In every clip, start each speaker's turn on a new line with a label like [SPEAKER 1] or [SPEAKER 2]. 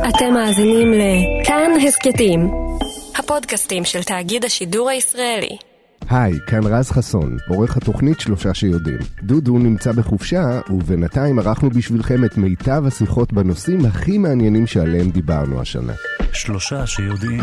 [SPEAKER 1] אתם מאזינים לכאן הסקטים, הפודקאסטים של תאגיד השידור הישראלי.
[SPEAKER 2] היי, כאן רז חסון, עורך התוכנית 3 שיודעים. דודו נמצא בחופשה, ובינתיים ערכנו בשבילכם את מיטב השיחות בנושאים הכי מעניינים שעליהם דיברנו השנה.
[SPEAKER 3] 3 שיודעים.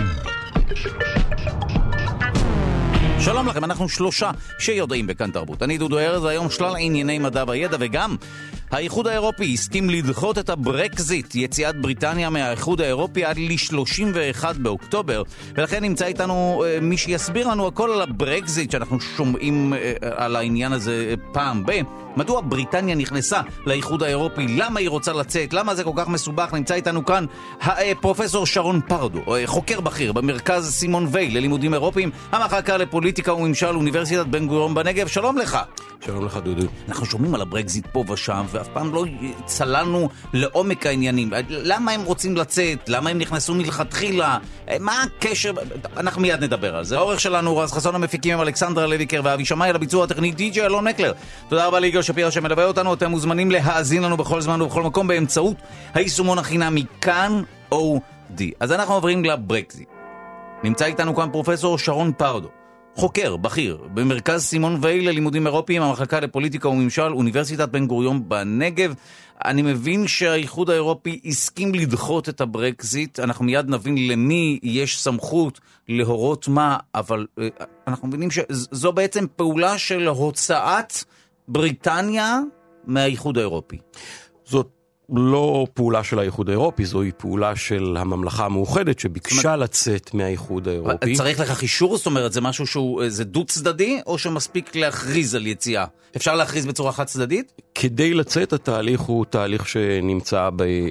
[SPEAKER 3] שלום לכם, אנחנו 3 שיודעים בכאן תרבות. אני דודו ארז, היום שלל ענייני מדע וידע, וגם האיחוד האירופי הסכים לדחות את הברקזיט, יציאת בריטניה מהאיחוד האירופי עד ל-31 באוקטובר, ולכן נמצא איתנו מי שיסביר לנו הכל על הברקזיט, שאנחנו שומעים על העניין הזה פעם מדוע בריטניה נכנסה לאיחוד האירופי, למה היא רוצה לצאת, למה זה כל כך מסובך. נמצא איתנו כאן פרופסור שרון פרדו, חוקר בכיר במרכז סימון וייל ללימודים אירופיים, המחלקה לפוליטיקה וממשל, אוניברסיטת בן גוריון בנגב. שלום לך.
[SPEAKER 4] שלום לך דודו.
[SPEAKER 3] אנחנו שומעים על הברקזיט פה ושם, ואף פעם לא צללנו לעומק העניינים. למה הם רוצים לצאת? למה הם נכנסו מלכתחילה? מה הקשר? אנחנו מיד נדבר על זה. העורך שלנו רז חסון, המפיקים הם אלכסנדרה לויקר ואבי שמאי, על הביצוע הטכני די.ג'יי אלון מקלר. תודה רבה ליגאל שפירא שמלווה אותנו. אתם מוזמנים להאזין לנו בכל זמן ובכל מקום באמצעות היישומון החינמי כאן אודי. אז אנחנו עוברים לברקזיט. נמצא איתנו כאן פרופסור שרון פרדו, חוקר בכיר במרכז סימון וייל ללימודים אירופיים, המחלקה לפוליטיקה וממשל, אוניברסיטת בן גוריון בנגב. אני מבין שהאיחוד האירופי הסכים לדחות את הברקזיט, אנחנו מיד נבין למי יש סמכות להורות מה, אבל אנחנו מבינים שזו בעצם פעולה של הוצאת בריטניה מהאיחוד האירופי.
[SPEAKER 4] זאת לא פעולה של האיחוד האירופי, זוהי פעולה של הממלכה המאוחדת שביקשה לצאת מהאיחוד האירופי.
[SPEAKER 3] צריך לכך אישור? זאת אומרת, זה משהו שהוא דו צדדי, או שמספיק להכריז על יציאה? אפשר להכריז בצורה חד צדדית?
[SPEAKER 4] כדי לצאת, התהליך הוא תהליך שנמצא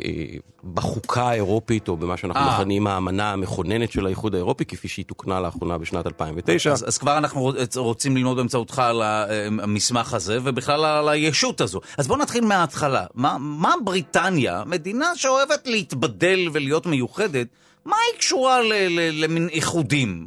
[SPEAKER 4] בחוקה האירופית, או במה שאנחנו מכנים האמנה המכוננת של האיחוד האירופי, כפי שהיא תוקנה לאחרונה בשנת 2009.
[SPEAKER 3] אז כבר אנחנו רוצים ללמוד באמצעותך על המסמך הזה, ובכלל על הישות הזו. אז בואו נתחיל מההתחלה. מה בריטניה, מדינה שאוהבת להתבדל ולהיות מיוחדת, מה היא קשורה למין איחודים?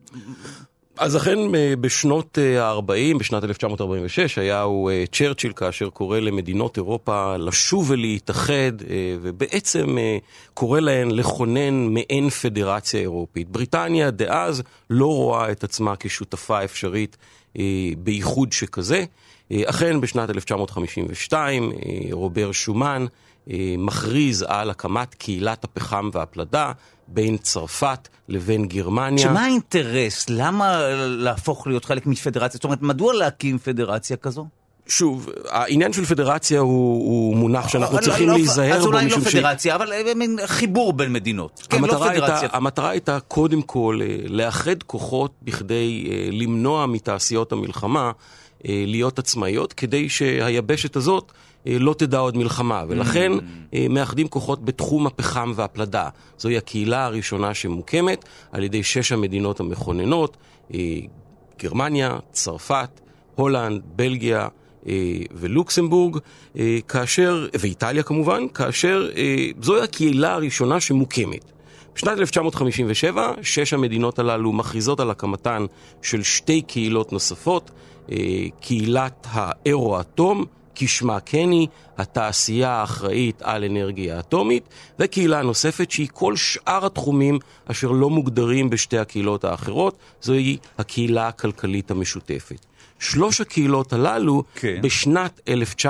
[SPEAKER 4] אז אכן בשנות ה-40, בשנת 1946, היה הוא צ'רצ'יל כאשר קורא למדינות אירופה לשוב ולהתאחד, ובעצם קורא להן לכונן מעין פדרציה אירופית. בריטניה דאז לא רואה את עצמה כשותפה אפשרית באיחוד שכזה. אכן בשנת 1952 רובר שומן מכריז על הקמת קהילת הפחם והפלדה בין צרפת לבין גרמניה.
[SPEAKER 3] שמה האינטרס? למה להפוך להיות חלק מפדרציה? זאת אומרת, מדוע להקים פדרציה כזו?
[SPEAKER 4] שוב, העניין של פדרציה הוא מונח שאנחנו צריכים להיזהר בו.
[SPEAKER 3] אז אולי לא פדרציה, אבל חיבור בין מדינות.
[SPEAKER 4] המטרה הייתה קודם כל לאחד כוחות בכדי למנוע מתעשיות המלחמה להיות עצמאיות, כדי שהיבשת הזאת לא תדע עוד מלחמה, ולכן מאחדים כוחות בתחום הפחם והפלדה. זוהי הקהילה הראשונה שמוקמת על ידי 6 המדינות המכוננות, גרמניה, צרפת, הולנד, בלגיה ולוקסמבורג, ואיטליה כמובן, כאשר זוהי הקהילה הראשונה שמוקמת. בשנת 1957, 6 המדינות הללו מכריזות על הקמתן של 2 קהילות נוספות, קהילת האירו-אטום, כשמה קני, התעשייה האחראית על אנרגיה אטומית, וקהילה נוספת שהיא כל שאר התחומים אשר לא מוגדרים בשתי הקהילות האחרות, זוהי הקהילה הכלכלית המשותפת. 3 הקהילות הללו בשנת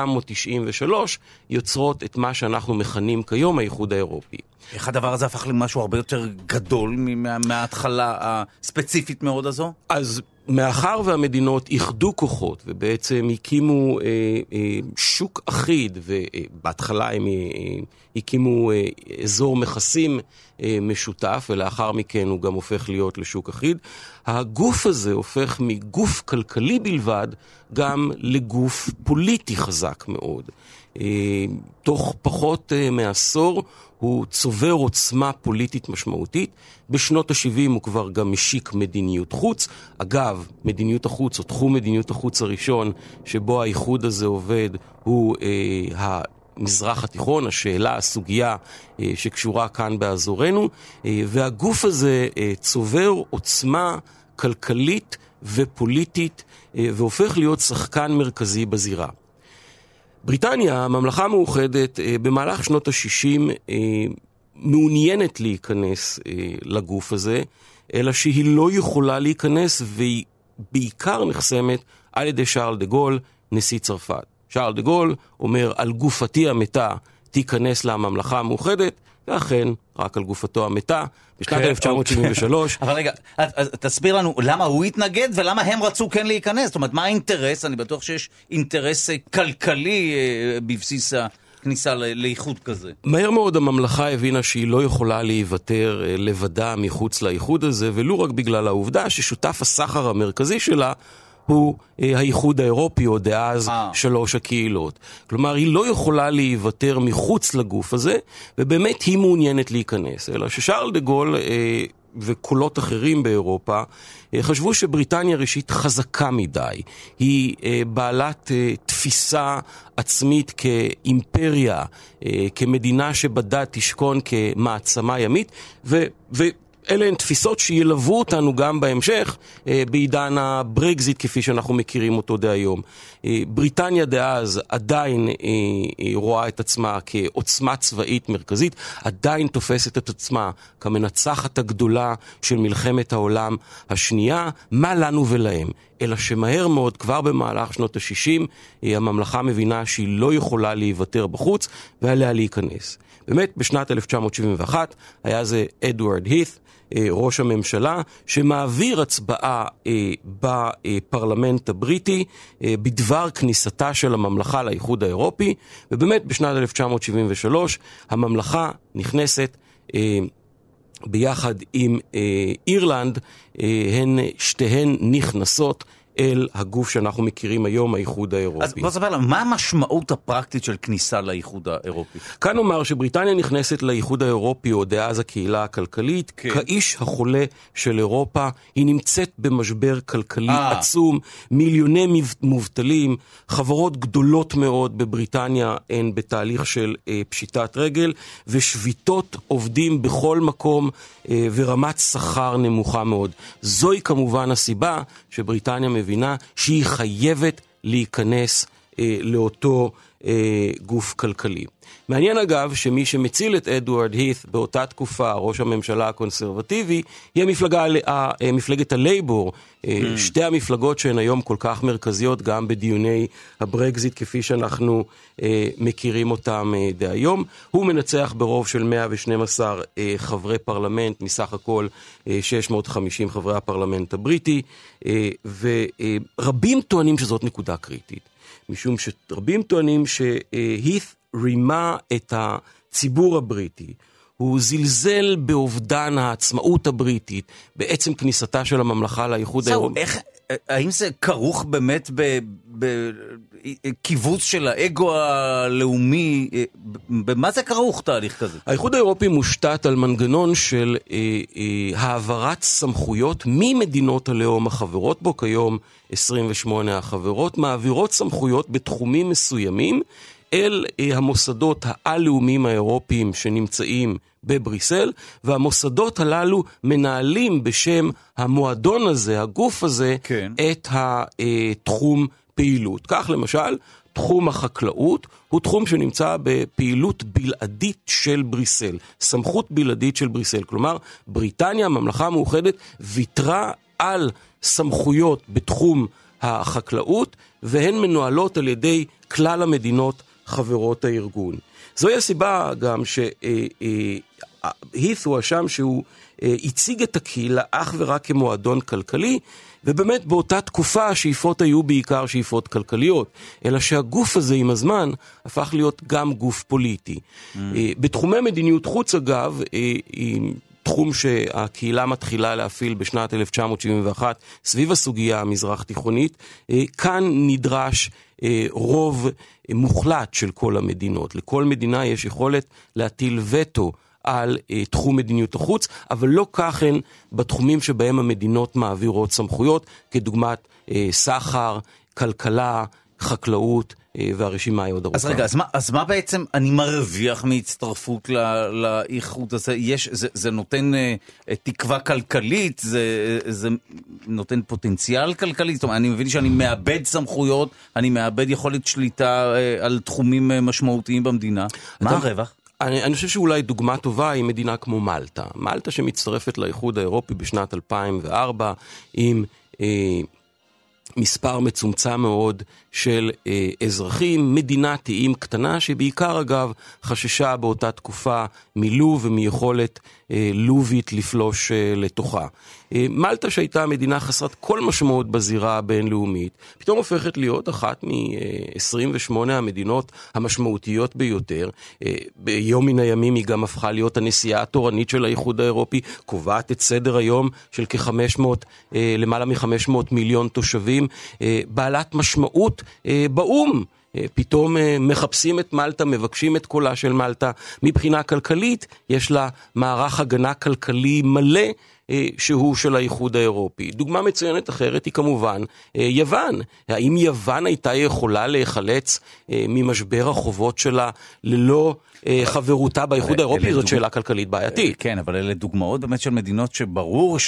[SPEAKER 4] 1993 יוצרות את מה שאנחנו מכנים כיום האיחוד האירופי.
[SPEAKER 3] איך הדבר הזה הפך למשהו הרבה יותר גדול מההתחלה הספציפית מאוד הזו?
[SPEAKER 4] אז מאחר והמדינות איחדו כוחות ובעצם הקימו שוק אחיד, ובהתחלה הם הקימו אזור מכסים משותף, ולאחר מכן הוא גם הופך להיות לשוק אחיד, הגוף הזה הופך מגוף כלכלי בלבד גם לגוף פוליטי חזק מאוד. תוך פחות מעשור הוא צובר עוצמה פוליטית משמעותית. בשנות ה-70 הוא כבר גם משיק מדיניות חוץ. אגב, מדיניות החוץ, או תחום מדיניות החוץ הראשון שבו האיחוד הזה עובד, הוא המזרח התיכון, השאלה, הסוגיה שקשורה כאן באזורנו, והגוף הזה צובר עוצמה כלכלית ופוליטית, והופך להיות שחקן מרכזי בזירה. בריטניה, הממלכה המאוחדת, במהלך שנות ה-60 מעוניינת להיכנס לגוף הזה, אלא שהיא לא יכולה להיכנס, והיא בעיקר נחסמת על ידי שארל דה גול, נשיא צרפת. שארל דה גול אומר, על גופתי המתה תיכנס לממלכה המאוחדת, ואכן, רק על גופתו המתה, בשנת 1973.
[SPEAKER 3] אבל רגע, תסביר לנו למה הוא התנגד ולמה הם רצו כן להיכנס. זאת אומרת, מה האינטרס? אני בטוח שיש אינטרס כלכלי בבסיס הכניסה לאיחוד כזה.
[SPEAKER 4] מהר מאוד הממלכה הבינה שהיא לא יכולה להיוותר לבדה מחוץ לאיחוד הזה, ולא רק בגלל העובדה ששותף הסחר המרכזי שלה הוא האיחוד האירופי, או דאז 3 הקהילות. כלומר, היא לא יכולה להיוותר מחוץ לגוף הזה, ובאמת היא מעוניינת להיכנס. אלא ששארל דה גול וקולות אחרים באירופה חשבו שבריטניה ראשית חזקה מדי. היא בעלת תפיסה עצמית כאימפריה, כמדינה שבדה תשכון כמעצמה ימית, אלה הן תפיסות שילוו אותנו גם בהמשך בעידן הברקזיט כפי שאנחנו מכירים אותו די היום. בריטניה דאז עדיין רואה את עצמה כעוצמה צבאית מרכזית, עדיין תופסת את עצמה כמנצחת הגדולה של מלחמת העולם השנייה. מה לנו ולהם? אלא שמהר מאוד, כבר במהלך שנות ה-60, הממלכה מבינה שהיא לא יכולה להיוותר בחוץ ועליה להיכנס. באמת, בשנת 1971 היה זה אדוארד הית', ראש הממשלה, שמעביר הצבעה בפרלמנט הבריטי בדבר כניסתה של הממלכה לאיחוד האירופי, ובאמת בשנת 1973 הממלכה נכנסת ביחד עם אירלנד, שתיהן נכנסות אל הגוף שאנחנו מכירים היום, האיחוד האירופי.
[SPEAKER 3] אז בוא ספר לנו, מה המשמעות הפרקטית של כניסה לאיחוד האירופי?
[SPEAKER 4] כאן אומר שבריטניה נכנסת לאיחוד האירופי, או דאז הקהילה הכלכלית, כאיש החולה של אירופה. היא נמצאת במשבר כלכלי עצום, מיליוני מובטלים, חברות גדולות מאוד בבריטניה הן בתהליך של פשיטת רגל, ושביתות עובדים בכל מקום, ורמת שכר נמוכה מאוד. זוהי כמובן הסיבה שבריטניה מבינה שהיא חייבת להיכנס לאותו גוף כלכלי. מעניין אגב שמי שמציל את אדוארד הית' באותה תקופה, ראש הממשלה הקונסרבטיבי, היא מפלגת הלייבור, שתי המפלגות שהן היום כל כך מרכזיות גם בדיוני הברקזיט כפי שאנחנו מכירים אותם די היום. הוא מנצח ברוב של 112 חברי פרלמנט, מסך הכל 650 חברי הפרלמנט הבריטי, ורבים טוענים שזאת נקודה קריטית. משום שרבים טוענים שהית' רימה את הציבור הבריטי, הוא זלזל באובדן העצמאות הבריטית, בעצם כניסתה של הממלכה לאיחוד האירופי.
[SPEAKER 3] האם זה כרוך באמת בכיווץ של האגו הלאומי? במה זה כרוך תהליך כזה?
[SPEAKER 4] האיחוד האירופי מושתת על מנגנון של העברת סמכויות ממדינות הלאום החברות בו, כיום 28 החברות, מעבירות סמכויות בתחומים מסוימים, אל המוסדות העל-לאומיים האירופיים שנמצאים בבריסל, והמוסדות הללו מנהלים בשם המועדון הזה, הגוף הזה, את התחום פעילות. כך למשל, תחום החקלאות הוא תחום שנמצא בפעילות בלעדית של בריסל, סמכות בלעדית של בריסל. כלומר, בריטניה, הממלכה המאוחדת, ויתרה על סמכויות בתחום החקלאות, והן מנוהלות על ידי כלל המדינות חברות הארגון. זוהי הסיבה גם שהית' הוא השם שהוא הציג את הקהילה אך ורק כמועדון כלכלי, ובאמת באותה תקופה השאיפות היו בעיקר שאיפות כלכליות, אלא שהגוף הזה עם הזמן הפך להיות גם גוף פוליטי. בתחומי מדיניות חוץ אגב, תחום שהקהילה מתחילה להפעיל בשנת 1971 סביב הסוגיה המזרח תיכונית, כאן נדרש רוב מוחלט של כל המדינות. לכל מדינה יש יכולת להטיל וטו על תחום מדיניות החוץ, אבל לא כך הן בתחומים שבהם המדינות מעבירות סמכויות, כדוגמת סחר, כלכלה, חקלאות, והרשימה היא עוד ארוכה.
[SPEAKER 3] אז רגע, אז מה בעצם אני מרוויח מהצטרפות לאיחוד הזה? זה נותן תקווה כלכלית, זה נותן פוטנציאל כלכלי, זאת אומרת, אני מבין שאני מאבד סמכויות, אני מאבד יכולת שליטה על תחומים משמעותיים במדינה. מה הרווח?
[SPEAKER 4] אני חושב שאולי דוגמה טובה היא מדינה כמו מלטה. מלטה שמצטרפת לאיחוד האירופי בשנת 2004 עם מספר מצומצם מאוד של אזרחים, מדינת איים קטנה שבעיקר אגב חששה באותה תקופה מלוב ומיכולת לובית לפלוש לתוכה. מלטה שהייתה מדינה חסרת כל משמעות בזירה הבינלאומית, פתאום הופכת להיות אחת מ-28 המדינות המשמעותיות ביותר. ביום מן הימים היא גם הפכה להיות הנשיאה התורנית של האיחוד האירופי, קובעת את סדר היום של למעלה מ-500 מיליון תושבים, בעלת משמעות באום. פתאום מחפשים את מלטה, מבקשים את קולה של מלטה. מבחינה כלכלית יש לה מערך הגנה כלכלי מלא שהוא של האיחוד האירופי. דוגמה מצוינת אחרת היא כמובן יוון. האם יוון הייתה יכולה להיחלץ ממשבר החובות שלה ללא חברותה באיחוד האירופי? זאת שאלה כלכלית בעייתית.
[SPEAKER 3] כן, אבל אלה דוגמאות באמת של מדינות שברור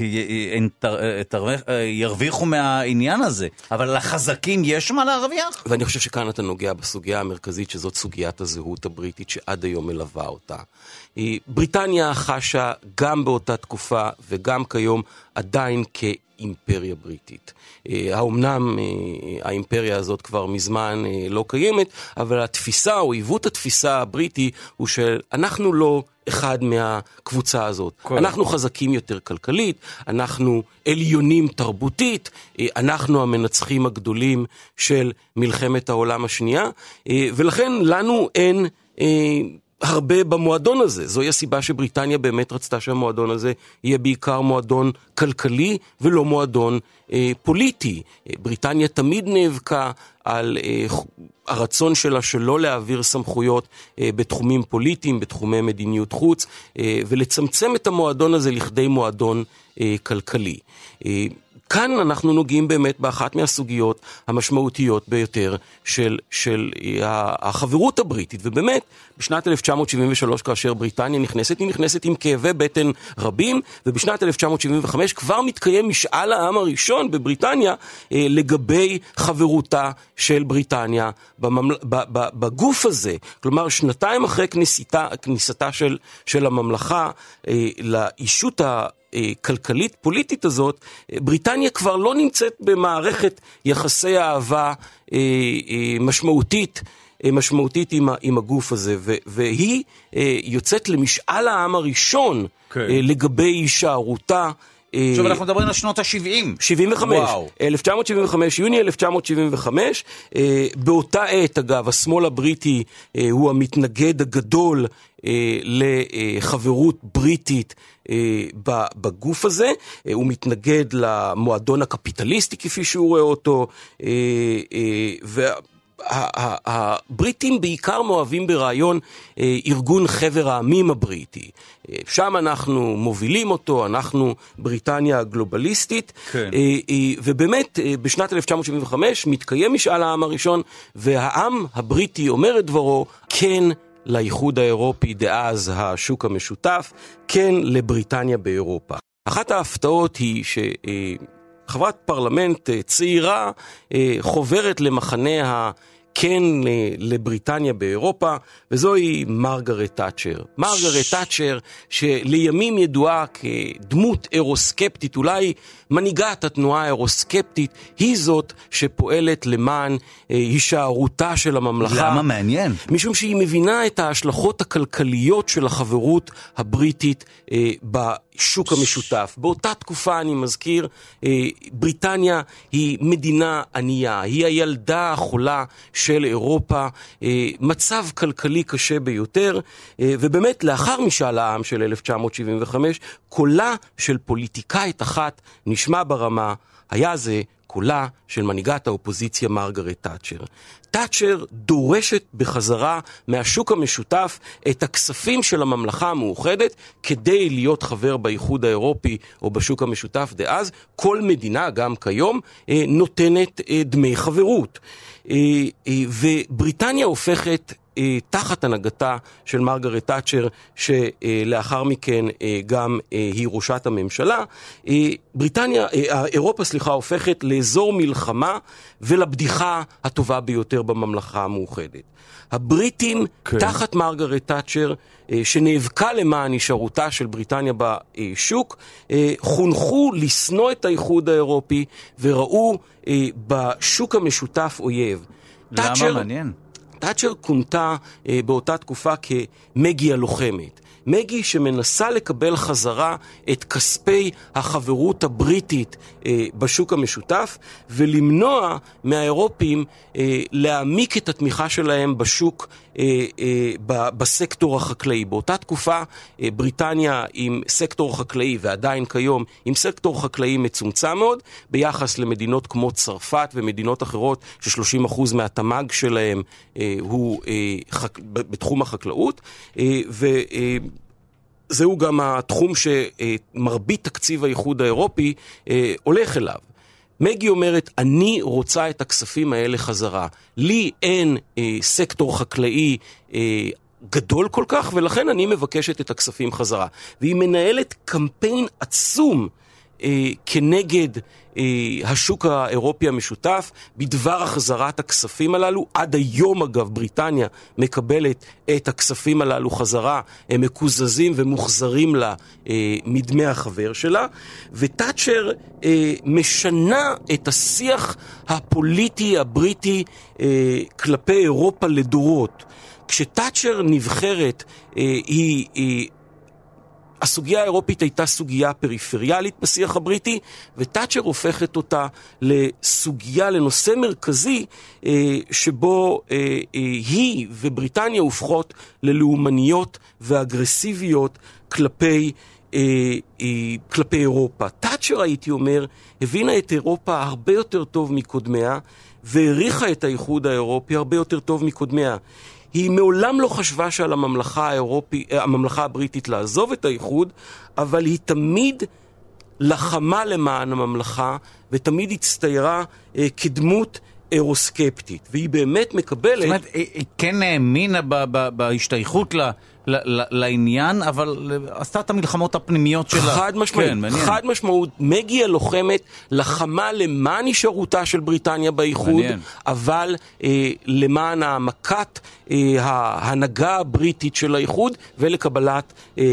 [SPEAKER 3] שירוויחו מהעניין הזה, אבל לחזקים יש מה להרוויח?
[SPEAKER 4] ואני חושב שכאן אתה נוגע בסוגיה המרכזית, שזאת סוגיית הזהות הבריטית שעד היום מלווה אותה. בריטניה חשה גם באותה תקופה וגם כיום עדיין כאימפריה בריטית. האומנם האימפריה הזאת כבר מזמן לא קיימת, אבל התפיסה או עיוות התפיסה הבריטי הוא שאנחנו לא אחד מהקבוצה הזאת. אנחנו חזקים יותר כלכלית, אנחנו עליונים תרבותית, אנחנו המנצחים הגדולים של מלחמת העולם השנייה, ולכן לנו אין הרבה במועדון הזה. זוהי הסיבה שבריטניה באמת רצתה שהמועדון הזה יהיה בעיקר מועדון כלכלי ולא מועדון פוליטי. בריטניה תמיד נאבקה על הרצון שלה שלא להעביר סמכויות בתחומים פוליטיים, בתחומי מדיניות חוץ, ולצמצם את המועדון הזה לכדי מועדון כלכלי. כאן אנחנו נוגעים באמת באחת מהסוגיות המשמעותיות ביותר של החברות הבריטית, ובאמת בשנת 1973 כאשר בריטניה נכנסת, היא נכנסת עם כאבי בטן רבים, ובשנת 1975 כבר מתקיים משאל העם הראשון בבריטניה לגבי חברותה של בריטניה בגוף הזה. כלומר, שנתיים אחרי כניסתה של הממלכה לאישות כלכלית פוליטית הזאת, בריטניה כבר לא נמצאת במערכת יחסי אהבה משמעותית עם הגוף הזה, והיא יוצאת למשאל העם הראשון לגבי הישארותה.
[SPEAKER 3] עכשיו אנחנו מדברים על שנות ה-70.
[SPEAKER 4] 75, 1975, יוני 1975, באותה עת אגב, השמאל הבריטי הוא המתנגד הגדול לחברות בריטית בגוף הזה, הוא מתנגד למועדון הקפיטליסטי כפי שהוא רואה אותו, הבריטים בעיקר מאוהבים ברעיון ארגון חבר העמים הבריטי. שם אנחנו מובילים אותו, אנחנו בריטניה הגלובליסטית, כן. ובאמת בשנת 1975 מתקיים משאל העם הראשון, והעם הבריטי אומר את דברו, כן לאיחוד האירופי דאז השוק המשותף, כן לבריטניה באירופה. אחת ההפתעות היא חברת פרלמנט צעירה חוברת למחנה כן לבריטניה באירופה, וזוהי מרגרט תאצ'ר. מרגרט תאצ'ר שלימים ידועה כדמות אירוסקפטית, אולי מנהיגת התנועה האירוסקפטית, היא זאת שפועלת למען הישארותה של הממלכה.
[SPEAKER 3] למה מעניין?
[SPEAKER 4] משום שהיא מבינה את ההשלכות הכלכליות של החברות הבריטית בשוק המשותף. באותה תקופה אני מזכיר, בריטניה היא מדינה ענייה, היא הילדה החולה של אירופה, מצב כלכלי קשה ביותר, ובאמת לאחר משאל העם של 1975, קולה של פוליטיקאית אחת נשמע ברמה, היה זה קולה של מנהיגת האופוזיציה מרגרט תאצ'ר. תאצ'ר דורשת בחזרה מהשוק המשותף את הכספים של הממלכה המאוחדת כדי להיות חבר באיחוד האירופי או בשוק המשותף דאז. כל מדינה, גם כיום, נותנת דמי חברות. ובריטניה הופכת תחת הנהגתה של מרגרט תאצ'ר, שלאחר מכן גם היא ראשת הממשלה, אירופה הופכת לאזור מלחמה ולבדיחה הטובה ביותר בממלכה המאוחדת. הבריטים תחת מרגרט תאצ'ר, שנאבקה למען הישארותה של בריטניה בשוק, חונכו לשנוא את האיחוד האירופי וראו בשוק המשותף אויב.
[SPEAKER 3] למה? מעניין.
[SPEAKER 4] תאצ'ר כונתה באותה תקופה כמגי הלוחמת. מגי שמנסה לקבל חזרה את כספי החברות הבריטית בשוק המשותף, ולמנוע מהאירופים להעמיק את התמיכה שלהם בשוק, בסקטור החקלאי. באותה תקופה בריטניה עם סקטור חקלאי, ועדיין כיום עם סקטור חקלאי מצומצם מאוד, ביחס למדינות כמו צרפת ומדינות אחרות ש30% מהתמ"ג שלהם הוא בתחום החקלאות, זהו גם התחום שמרבית תקציב האיחוד האירופי הולך אליו. מגי אומרת, אני רוצה את הכספים האלה חזרה. לי אין סקטור חקלאי גדול כל כך, ולכן אני מבקשת את הכספים חזרה. והיא מנהלת קמפיין עצום כנגד השוק האירופי המשותף בדבר החזרת הכספים הללו. עד היום אגב בריטניה מקבלת את הכספים הללו חזרה, הם מקוזזים ומוחזרים לה מדמי החבר שלה, ותאצ'ר משנה את השיח הפוליטי הבריטי כלפי אירופה לדורות. כשתאצ'ר נבחרת הסוגיה האירופית הייתה סוגיה פריפריאלית בשיח הבריטי, ותאצ'ר הופכת אותה לסוגיה, לנושא מרכזי, שבו היא ובריטניה הופכות ללאומניות ואגרסיביות כלפי אירופה. תאצ'ר, הייתי אומר, הבינה את אירופה הרבה יותר טוב מקודמיה, והעריכה את האיחוד האירופי הרבה יותר טוב מקודמיה. היא מעולם לא חשבה שעל הממלכה הבריטית לעזוב את האיחוד, אבל היא תמיד לחמה למען הממלכה, ותמיד הצטיירה כדמות אירוסקפטית. והיא באמת מקבלת... זאת
[SPEAKER 3] אומרת, היא כן האמינה בהשתייכות לעניין, אבל עשתה את המלחמות הפנימיות שלה.
[SPEAKER 4] חד משמעות, כן, חד משמעות. מגי הלוחמת לחמה למען הישארותה של בריטניה באיחוד, מעניין. אבל למען העמקת ההנהגה הבריטית של האיחוד, ולקבלת,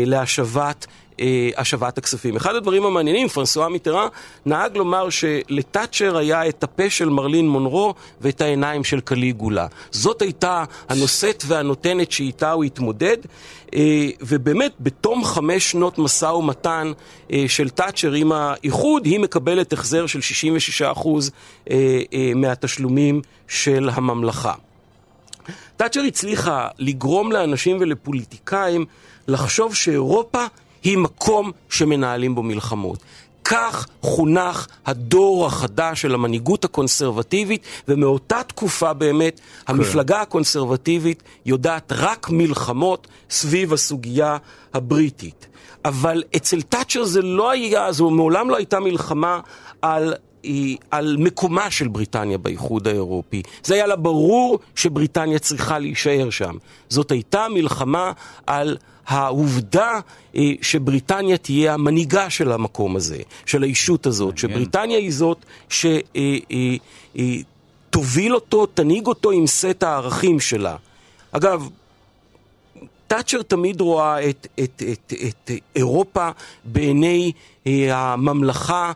[SPEAKER 4] השבת הכספים. אחד הדברים המעניינים, פרנסואה מיטראן נהג לומר שלתאצ'ר היה את הפה של מרלין מונרו ואת העיניים של קליגולה. זאת הייתה הנושאת והנותנת שאיתה הוא התמודד, ובאמת בתום 5 שנות מסע ומתן של תאצ'ר עם האיחוד, היא מקבלת החזר של 66% מהתשלומים של הממלכה. תאצ'ר הצליחה לגרום לאנשים ולפוליטיקאים לחשוב שאירופה היא מקום שמנהלים בו מלחמות. כך חונך הדור החדש של המנהיגות הקונסרבטיבית, ומאותה תקופה באמת המפלגה הקונסרבטיבית יודעת רק מלחמות סביב הסוגיה הבריטית. אבל אצל תאצ'ר זה לא היה, זו מעולם לא הייתה מלחמה על מקומה של בריטניה באיחוד האירופי. זה היה לה ברור שבריטניה צריכה להישאר שם. זאת הייתה מלחמה על העובדה שבריטניה תהיה המנהיגה של המקום הזה, של האישות הזאת, שבריטניה היא זאת שתוביל אותו, תנהיג אותו עם סט הערכים שלה. אגב, תאצ'ר תמיד רואה את אירופה בעיני הממלכה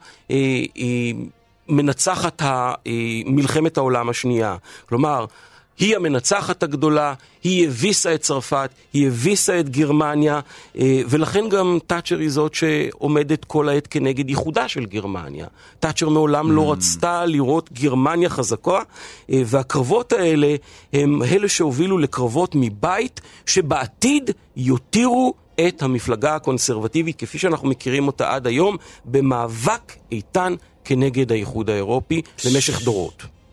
[SPEAKER 4] מנצחת מלחמת העולם השנייה. כלומר, היא המנצחת הגדולה, היא הביסה את צרפת, היא הביסה את גרמניה, ולכן גם תאצ'ר היא זאת שעומדת כל העת כנגד ייחודה של גרמניה. תאצ'ר מעולם לא רצתה לראות גרמניה חזקה, והקרבות האלה הם אלה שהובילו לקרבות מבית, שבעתיד יותירו את המפלגה הקונסרבטיבית, כפי שאנחנו מכירים אותה עד היום, במאבק איתן כנגד האיחוד האירופי במשך דורות.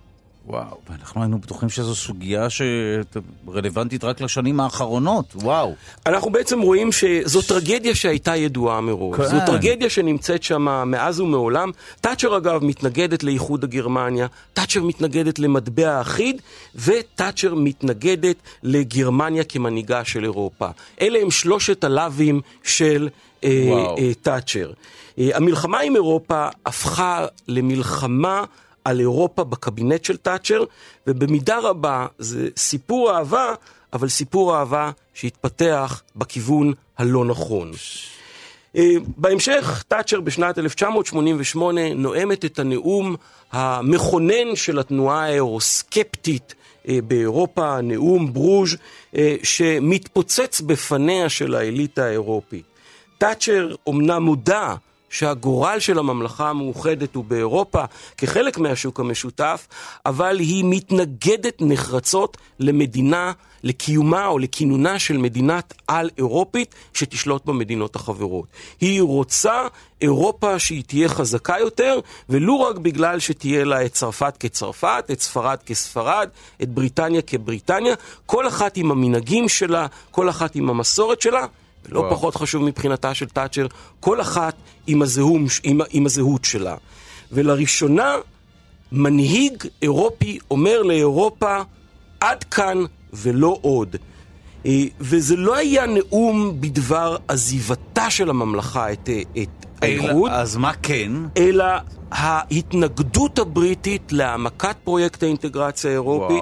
[SPEAKER 3] וואו, ואנחנו היינו בטוחים שזו סוגיה שרלוונטית רק לשנים האחרונות, וואו.
[SPEAKER 4] אנחנו בעצם רואים שזו טרגדיה שהייתה ידועה מראש. זו טרגדיה שנמצאת שם מאז ומעולם. תאצ'ר אגב מתנגדת לאיחוד הגרמניה, תאצ'ר מתנגדת למטבע אחיד, ותאצ'ר מתנגדת לגרמניה כמנהיגה של אירופה. אלה הם שלושת הלאווים של תאצ'ר. המלחמה עם אירופה הפכה למלחמה על אירופה בקבינט של תאצ'ר, ובמידה רבה זה סיפור אהבה, אבל סיפור אהבה שהתפתח בכיוון הלא נכון. בהמשך, תאצ'ר בשנת 1988 נואמת את הנאום המכונן של התנועה האירוסקפטית באירופה, נאום ברוז' שמתפוצץ בפניה של האליטה האירופית. תאצ'ר אומנם מודע שהגורל של הממלכה המאוחדת הוא באירופה כחלק מהשוק המשותף, אבל היא מתנגדת נחרצות למדינה, לקיומה או לכינונה של מדינת על אירופית שתשלוט במדינות החברות. היא רוצה אירופה שהיא תהיה חזקה יותר, ולא רק בגלל שתהיה לה את צרפת כצרפת, את ספרד כספרד, את בריטניה כבריטניה, כל אחת עם המנהגים שלה, כל אחת עם המסורת שלה, לא פחות חשוב מבחינתה של תאצ'ר, כל אחת עם הזהות שלה. ולראשונה, מנהיג אירופי אומר לאירופה, עד כאן ולא עוד. וזה לא היה נאום בדבר עזיבתה של הממלכה את האיחוד.
[SPEAKER 3] אז מה כן?
[SPEAKER 4] אלא ההתנגדות הבריטית להעמקת פרויקט האינטגרציה האירופית,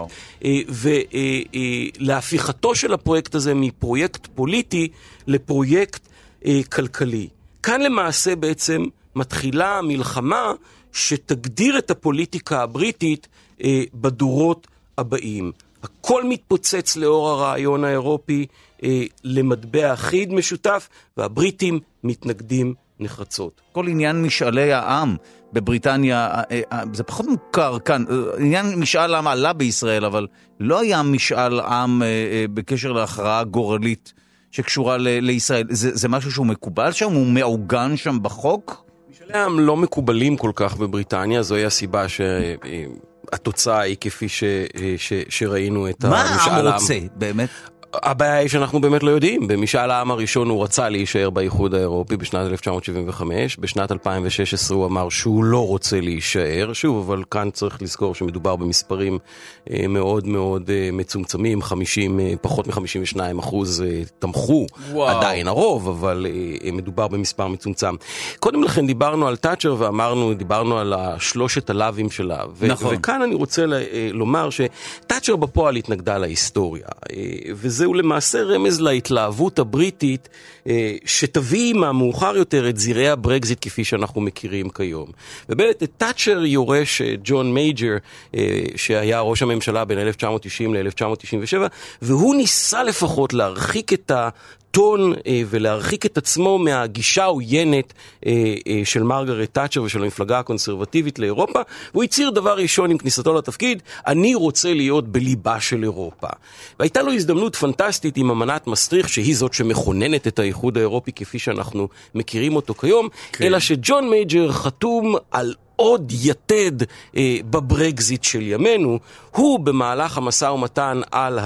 [SPEAKER 4] ולהפיכתו של הפרויקט הזה מפרויקט פוליטי לפרויקט כלכלי. כאן למעשה בעצם מתחילה המלחמה שתגדיר את הפוליטיקה הבריטית בדורות הבאים. הכל מתפוצץ לאור הרעיון האירופי למטבע אחיד משותף, והבריטים מתנגדים נחרצות.
[SPEAKER 3] כל עניין משאלי העם בבריטניה, זה פחות מוכר כאן. עניין משאל העם עלה בישראל, אבל לא היה משאל עם בקשר להכרעה גורלית שקשורה לישראל. זה משהו שהוא מקובל שם? הוא מעוגן שם בחוק?
[SPEAKER 4] משאלי העם לא מקובלים כל כך בבריטניה, זוהי הסיבה התוצאה היא כפי שראינו את
[SPEAKER 3] מה
[SPEAKER 4] המשאל
[SPEAKER 3] העם
[SPEAKER 4] העם.
[SPEAKER 3] רוצה, באמת?
[SPEAKER 4] הבעיה היא שאנחנו באמת לא יודעים. במשאל העם הראשון הוא רצה להישאר באיחוד האירופי בשנת 1975, בשנת 2016 הוא אמר שהוא לא רוצה להישאר, שוב, אבל כאן צריך לזכור שמדובר במספרים מאוד מאוד מצומצמים, פחות מ-52% תמכו, עדיין הרוב, אבל מדובר במספר מצומצם. קודם לכן דיברנו על תאצ'ר דיברנו על שלושת הלאווים שלה, וכאן אני רוצה לומר שתאצ'ר בפועל התנגדה להיסטוריה, וזהו למעשה רמז להתלהבות הבריטית שתביא מהמאוחר יותר את זירי הברקזיט כפי שאנחנו מכירים כיום. ובאמת את תאצ'ר יורש ג'ון מייג'ר שהיה ראש הממשלה בין 1990 ל-1997, והוא ניסה לפחות להרחיק את טון ולהרחיק את עצמו מהגישה העוינת של מרגרט תאצ'ר ושל המפלגה הקונסרבטיבית לאירופה, והוא הצהיר דבר ראשון עם כניסתו לתפקיד, אני רוצה להיות בליבה של אירופה. והייתה לו הזדמנות פנטסטית עם אמנת מסטריכט, שהיא זאת שמכוננת את האיחוד האירופי כפי שאנחנו מכירים אותו כיום, אלא שג'ון מייג'ר חתום על עוד יתד בברקזיט של ימינו. הוא במהלך המשא ומתן על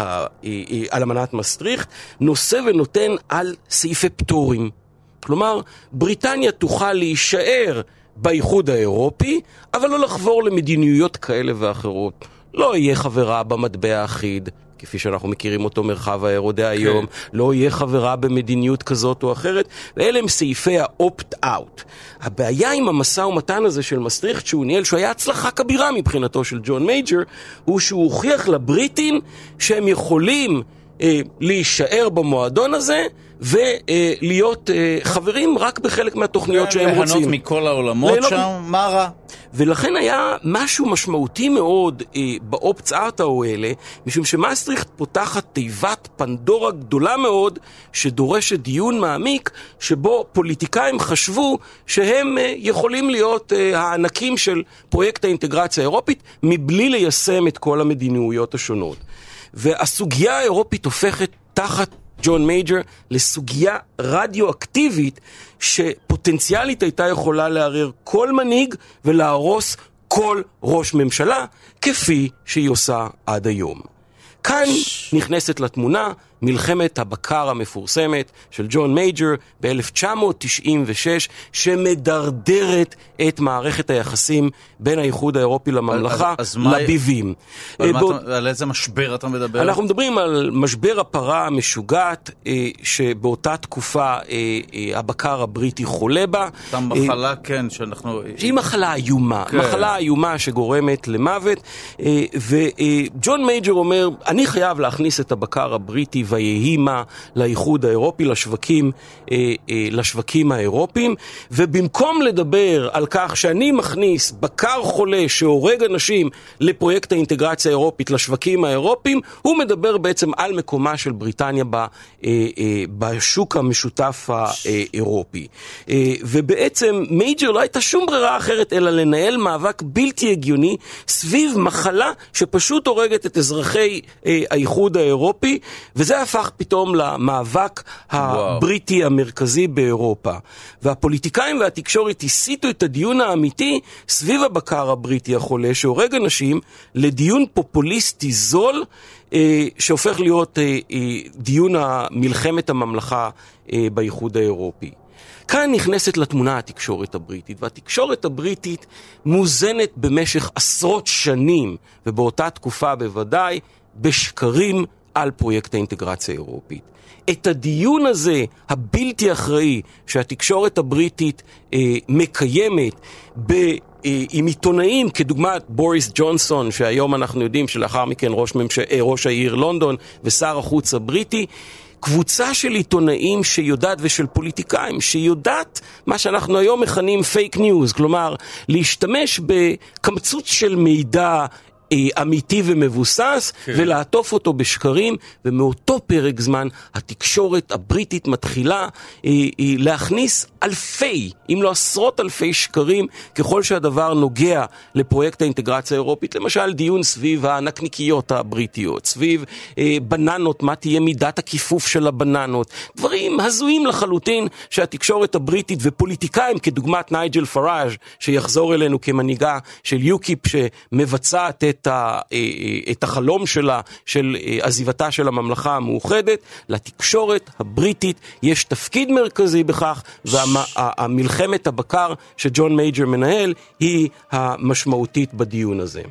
[SPEAKER 4] אמנת מסטריכט נושא ונותן על סעיפי פטורים. כלומר, בריטניה תוכל להישאר באיחוד האירופי, אבל לא לחבור למדיניויות כאלה ואחרות. לא יהיה חברה במטבע אחיד, כפי שאנחנו מכירים אותו מרחב האירו היום, לא יהיה חברה במדיניות כזאת או אחרת, ואלה הם סעיפי האופט-אאוט. הבעיה עם המשא ומתן הזה של מסטריכט שהוא ניהל, שהוא היה הצלחה כבירה מבחינתו של ג'ון מייג'ר, הוא שהוא הוכיח לבריטים שהם יכולים להישאר במועדון הזה, ולהיות חברים רק בחלק מהתוכניות שהם רוצים.
[SPEAKER 3] להנות מכל העולמות שם, מה רע?
[SPEAKER 4] ולכן היה משהו משמעותי מאוד באופציות האלה, משום שמאסטריכט פותחת תיבת פנדורה גדולה מאוד, שדורשת דיון מעמיק, שבו פוליטיקאים חשבו שהם יכולים להיות הענקים של פרויקט האינטגרציה האירופית, מבלי ליישם את כל המדיניויות השונות. והסוגיה האירופית הופכת תחת ג'ון מייג'ר לסוגיה רדיואקטיבית שפוטנציאלית הייתה יכולה לערער כל מנהיג ולהרוס כל ראש ממשלה כפי שהיא עושה עד היום. כאן נכנסת לתמונה מלחמת הבקר המפורסמת של ג'ון מייג'ר ב-1996, שמדרדרת את מערכת היחסים בין האיחוד האירופי לממלכה לביבים.
[SPEAKER 3] על איזה משבר אתה מדבר?
[SPEAKER 4] אנחנו מדברים על משבר הפרה המשוגעת, שבאותה תקופה הבקר הבריטי חולה בה.
[SPEAKER 3] אותה מחלה, כן, שאנחנו...
[SPEAKER 4] שהיא מחלה איומה, מחלה איומה שגורמת למוות, וג'ון מייג'ר אומר, אני חייב להכניס את הבקר הבריטי ויהי מה לאיחוד האירופי, לשווקים האירופיים, ובמקום לדבר על כך שאני מכניס בקר חולה שהורג אנשים לפרויקט האינטגרציה האירופית לשווקים האירופיים, הוא מדבר בעצם על מקומה של בריטניה בשוק המשותף האירופי. ובעצם מייג'ר לא הייתה שום ברירה אחרת אלא לנהל מאבק בלתי הגיוני סביב מחלה שפשוט הורגת את אזרחי האיחוד האירופי, וזה הפך פתאום למאבק הבריטי המרכזי באירופה. והפוליטיקאים והתקשורת הסיטו את הדיון האמיתי סביב הבקר הבריטי החולה שהורג אנשים לדיון פופוליסטי זול, שהופך להיות דיון מלחמת הממלכה באיחוד האירופי. כאן נכנסת לתמונה התקשורת הבריטית, והתקשורת הבריטית מוזנת במשך עשרות שנים, ובאותה תקופה בוודאי, בשקרים על פרויקט האינטגרציה האירופית. את הדיון הזה, הבלתי אחראי, שהתקשורת הבריטית מקיימת עם עיתונאים, כדוגמת בוריס ג'ונסון, שהיום אנחנו יודעים שלאחר מכן ראש העיר לונדון ושר החוץ הבריטי, קבוצה של עיתונאים שיודעת ושל פוליטיקאים שיודעת מה שאנחנו היום מכנים פייק ניוז, כלומר להשתמש בקמצוץ של מידע אמיתי ומבוסס, ולעטוף אותו בשקרים, ומאותו פרק זמן התקשורת הבריטית מתחילה להכניס אלפי, אם לא עשרות אלפי שקרים, ככל שהדבר נוגע לפרויקט האינטגרציה האירופית. למשל דיון סביב הנקניקיות הבריטיות, סביב בננות, מה תהיה מידת הכיפוף של הבננות, דברים הזויים לחלוטין שהתקשורת הבריטית ופוליטיקאים כדוגמת נייג'ל פראז' שיחזור אלינו כמנהיגה של יוקיפ שמבצעת את החלום שלה, של עזיבתה של הממלכה המאוחדת. לתקשורת הבריטית יש תפקיד מרכזי בכך, והמלחמת הבקר שג'ון מייג'ר מנהל היא המשמעותית בדיון הזה.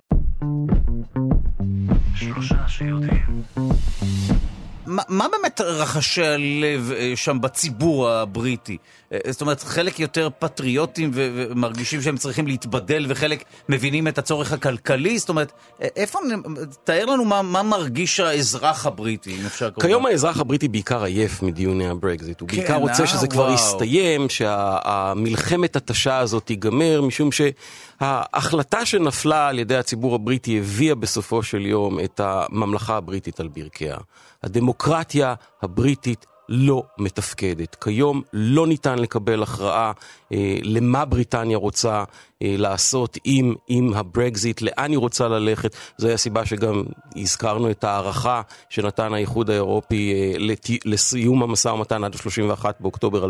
[SPEAKER 5] שלושה שיודעים.
[SPEAKER 3] מה באמת רחשי הלב שם בציבור הבריטי? זאת אומרת, חלק יותר פטריוטים ומרגישים שהם צריכים להתבדל, וחלק מבינים את הצורך הכלכלי. זאת אומרת, איפה, תאר לנו מה מרגיש האזרח הבריטי, אם אפשר קוראים.
[SPEAKER 4] כיום האזרח הבריטי בעיקר עייף מדיוני הברקזיט. הוא בעיקר רוצה שזה כבר יסתיים, שהמלחמת התשה הזאת תיגמר, משום שההחלטה שנפלה על ידי הציבור הבריטי הביאה בסופו של יום את הממלכה הבריטית על ברכיה. הדמוקרטיה הבריטית לא מתפקדת. כיום לא ניתן לקבל הכרעה למה בריטניה רוצה לעשות עם הברקזיט, לאן היא רוצה ללכת. זו הסיבה שגם הזכרנו את הערכה שנתן האיחוד האירופי לסיום המשא ומתן עד 31 באוקטובר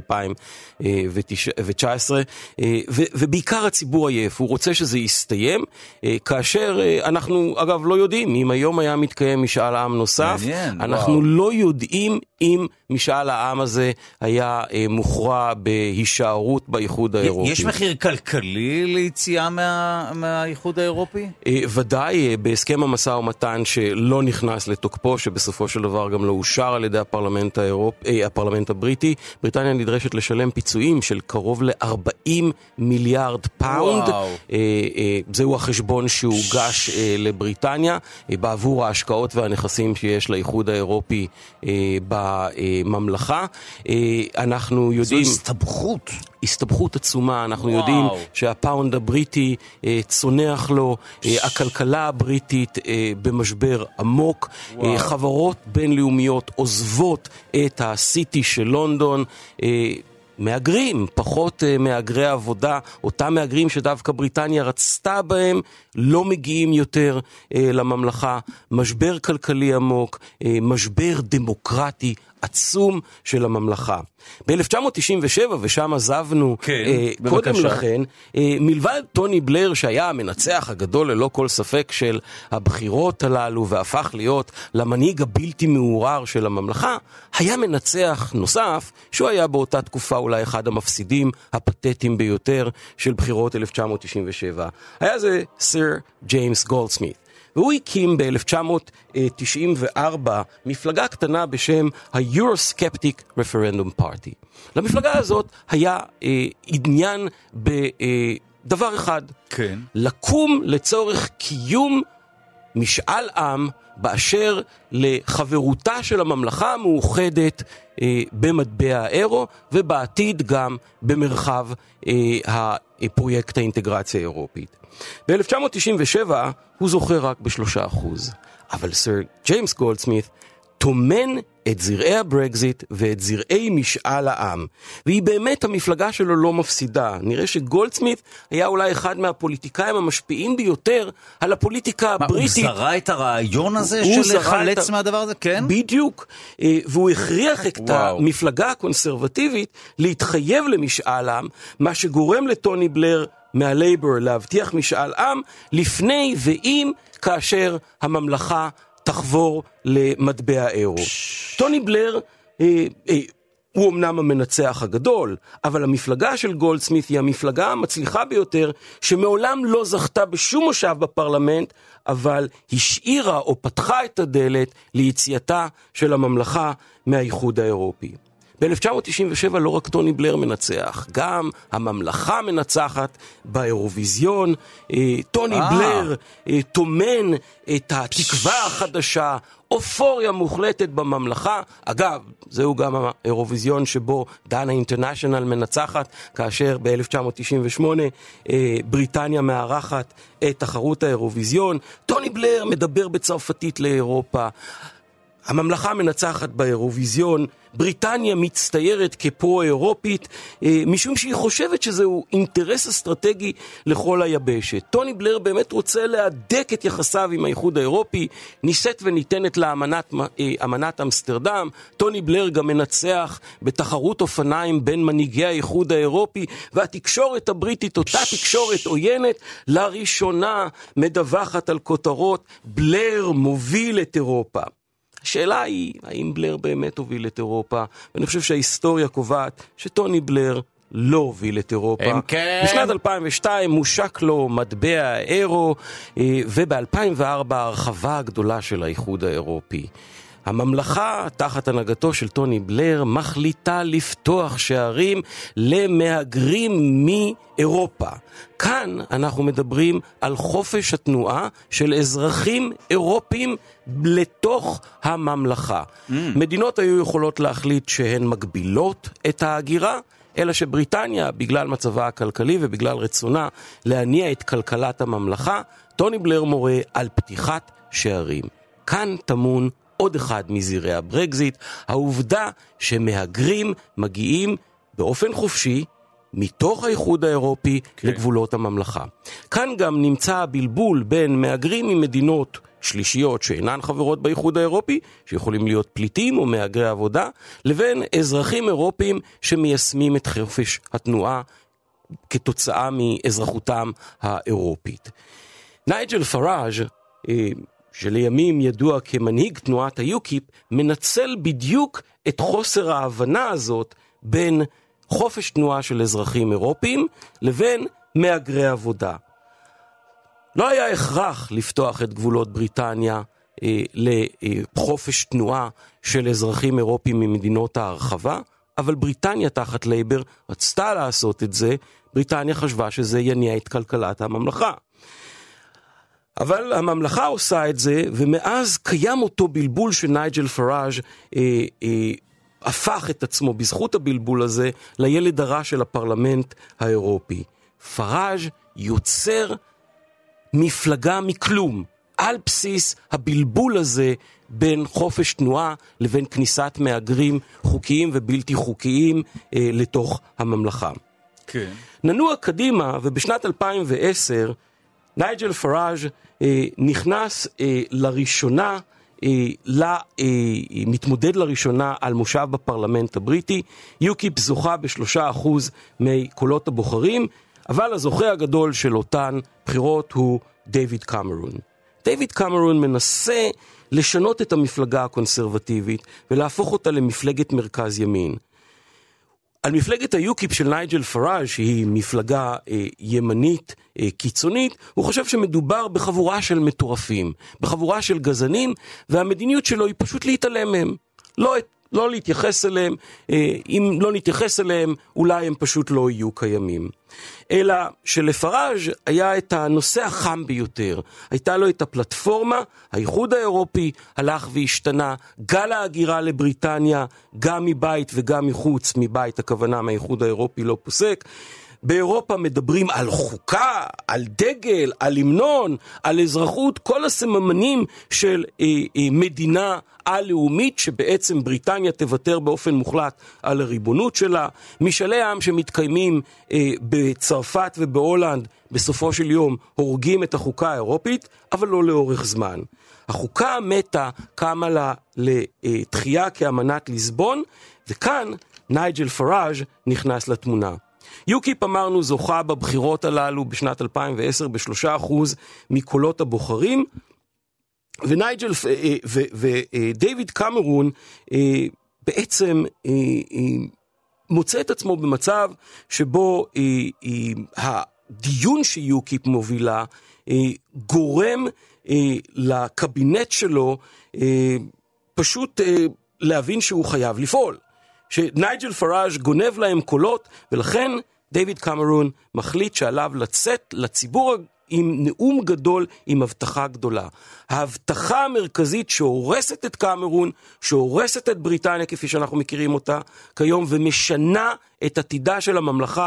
[SPEAKER 4] 2019, ובעיקר הציבור עייף, הוא רוצה שזה יסתיים, כאשר אנחנו אגב לא יודעים אם היום היה מתקיים משאל העם נוסף, אנחנו לא יודעים אם משאל העם הזה היה מוכרע בהישארות באיחוד האירופי.
[SPEAKER 3] יש מחיר כלכלי ליציאה מהאיחוד האירופי?
[SPEAKER 4] ודאי, בהסכם המשא ומתן שלא נכנס לתוקפו, שבסופו של דבר גם לא אושר על ידי הפרלמנט הבריטי, בריטניה נדרשת לשלם פיצויים של קרוב ל-40 מיליארד פאונד. זהו החשבון שהוגש לבריטניה, בעבור ההשקעות והנכסים שיש לאיחוד האירופי בממלכה. אנחנו יודעים...
[SPEAKER 3] זו
[SPEAKER 4] הסתבכות עצומה, אנחנו יודעים שהפאונד הבריטי צונח לו, הכלכלה הבריטית במשבר עמוק, חברות בינלאומיות עוזבות את הסיטי של לונדון, מהגרים, פחות מהגרי עבודה, אותם מהגרים שדווקא בריטניה רצתה בהם, לא מגיעים יותר לממלכה, משבר כלכלי עמוק, משבר דמוקרטי עצום של הממלכה. ב-1997, ושם עזבנו קודם לכן, מלבד טוני בלר שהיה המנצח הגדול ללא כל ספק של הבחירות הללו והפך להיות למנהיג הבלתי מעורר של הממלכה, היה מנצח נוסף שהוא היה באותה תקופה אולי אחד המפסידים הפתטיים ביותר של בחירות 1997. היה זה סר ג'יימס גולדסמית. והוא הקים ב-1994 מפלגה קטנה בשם ה-Eurosceptic Referendum Party. למפלגה הזאת היה עניין בדבר אחד.
[SPEAKER 3] כן.
[SPEAKER 4] לקום לצורך קיום משאל עם באשר לחברותה של הממלכה המאוחדת במטבע האירו, ובעתיד גם במרחב הפרויקט האינטגרציה האירופית. ב-1997 הוא זוכה רק ב3%. אבל סר ג'יימס גולדסמית תומן את זרעי הברקזיט ואת זרעי משאל העם. והיא באמת המפלגה שלו לא מפסידה. נראה שגולדסמית היה אולי אחד מהפוליטיקאים המשפיעים ביותר על הפוליטיקה הבריטית.
[SPEAKER 3] הוא זרע את הרעיון הזה של לחלץ מהדבר הזה, כן?
[SPEAKER 4] בדיוק. והוא הכריח את המפלגה הקונסרבטיבית להתחייב למשאל עם, מה שגורם לטוני בלר מהלייבר להבטיח משאל עם לפני ואם כאשר הממלכה תחבור למטבע האירו. טוני בלר הוא אמנם המנצח הגדול, אבל המפלגה של גולדסמית היא המפלגה המצליחה ביותר, שמעולם לא זכתה בשום מושב בפרלמנט, אבל השאירה או פתחה את הדלת ליציאתה של הממלכה מהאיחוד האירופי. ב-1997 לא רק טוני בלר מנצח, גם הממלכה מנצחת באירוויזיון. טוני בלר תומן את התקווה החדשה, אופוריה מוחלטת בממלכה. אגב, זהו גם האירוויזיון שבו דנה אינטרנשיונל מנצחת, כאשר ב-1998 בריטניה מארחת את תחרות האירוויזיון. טוני בלר מדבר בצרפתית לאירופה. הממלכה מנצחת באירוויזיון, בריטניה מצטיירת כפרו-אירופית, משום שהיא חושבת שזהו אינטרס אסטרטגי לכל היבשת. טוני בלר באמת רוצה להדק את יחסיו עם האיחוד האירופי, ניסית וניתנת לאמנת אמסטרדם. טוני בלר גם מנצח בתחרות אופניים בין מנהיגי האיחוד האירופי, והתקשורת הבריטית, אותה תקשורת עוינת, לראשונה מדווחת על כותרות, בלר מוביל את אירופה. השאלה היא, האם בלר באמת הוביל את אירופה? ואני חושב שההיסטוריה קובעת שטוני בלר לא הוביל את אירופה.
[SPEAKER 3] כן.
[SPEAKER 4] בשנת 2002 מושק לו מטבע האירו, וב-2004 הרחבה הגדולה של האיחוד האירופי. הממלכה, תחת הנהגתו של טוני בלר, מחליטה לפתוח שערים למהגרים מאירופה. כאן אנחנו מדברים על חופש התנועה של אזרחים אירופיים לתוך הממלכה. מדינות היו יכולות להחליט שהן מגבילות את ההגירה, אלא שבריטניה, בגלל מצבה הכלכלי ובגלל רצונה להניע את כלכלת הממלכה, טוני בלר מורה על פתיחת שערים. כאן טמון עוד אחד מזירי הברקזיט, העובדה שמהגרים מגיעים באופן חופשי מתוך האיחוד האירופי לגבולות הממלכה. כאן גם נמצא הבלבול בין מהגרים ממדינות שלישיות שאינן חברות באיחוד האירופי, שיכולים להיות פליטים או מהגרי עבודה, לבין אזרחים אירופיים שמיישמים את חופש התנועה כתוצאה מאזרחותם האירופית. נייג'ל פראז' שלימים ידוע כמנהיג תנועת היוקיפ, מנצל בדיוק את חוסר ההבנה הזאת בין חופש תנועה של אזרחים אירופיים לבין מהגרי עבודה. לא היה הכרח לפתוח את גבולות בריטניה לחופש תנועה של אזרחים אירופיים ממדינות ההרחבה, אבל בריטניה תחת לייבר רצתה לעשות את זה. בריטניה חשבה שזה יניע את כלכלת הממלכה. אבל הממלכה עושה את זה, ומאז קיים אותו בלבול שנייג'ל פראז' הפך את עצמו בזכות הבלבול הזה לילד הרע של הפרלמנט האירופי. פראז' יוצר מפלגה מכלום, על בסיס הבלבול הזה בין חופש תנועה לבין כניסת מהגרים חוקיים ובלתי חוקיים לתוך הממלכה.
[SPEAKER 3] כן.
[SPEAKER 4] ננוע קדימה, ובשנת 2010 נייג'ל פראז' נכנס לראשונה מתמודד לראשונה על מושב בפרלמנט הבריטי. יוקיפ זוכה ב3% מקולות הבוחרים, אבל הזוכה הגדול של אותן בחירות הוא דיוויד קמרון. דיוויד קמרון מנסה לשנות את המפלגה הקונסרבטיבית ולהפוך אותה למפלגת מרכז ימין. על מפלגת היוקיפ של נייג'ל פראז', שהיא מפלגה ימנית קיצונית, הוא חושב שמדובר בחבורה של מטורפים, בחבורה של גזענים, והמדיניות שלו היא פשוט להתעלם מהם. לא להתייחס אליהם, אם לא נתייחס אליהם, אולי הם פשוט לא יהיו קיימים. אלא שלפראז' היה את הנושא החם ביותר. הייתה לו את הפלטפורמה, האיחוד האירופי הלך והשתנה, גל ההגירה לבריטניה, גם מבית וגם מחוץ, מבית הכוונה מהאיחוד האירופי לא פוסק. באירופה מדברים על חוקה, על דגל, על המנון, על אזרחות, כל הסממנים של מדינה הלאומית שבעצם בריטניה תוותר באופן מוחלט על הריבונות שלה. משאלי העם שמתקיימים בצרפת ובהולנד בסופו של יום הורגים את החוקה האירופית, אבל לא לאורך זמן. החוקה המתה קמה לה לתחייה כאמנת ליסבון, וכאן נייג'ל פראז' נכנס לתמונה. יוקיפ אמרנו זוכה בבחירות הללו בשנת 2010 ב3% מקולות הבוחרים, ונייג'ל ודייוויד קמרון בעצם מוצא את עצמו במצב שבו הדיון שיוקיפ מובילה גורם לקבינט שלו פשוט להבין שהוא חייב לפעול. שנייג'ל פראז' גונב להם קולות, ולכן דיוויד קמרון מחליט שעליו לצאת לציבור עם נאום גדול, עם הבטחה גדולה. ההבטחה המרכזית שהורסת את קמרון, שהורסת את בריטניה כפי שאנחנו מכירים אותה כיום, ומשנה את עתידה של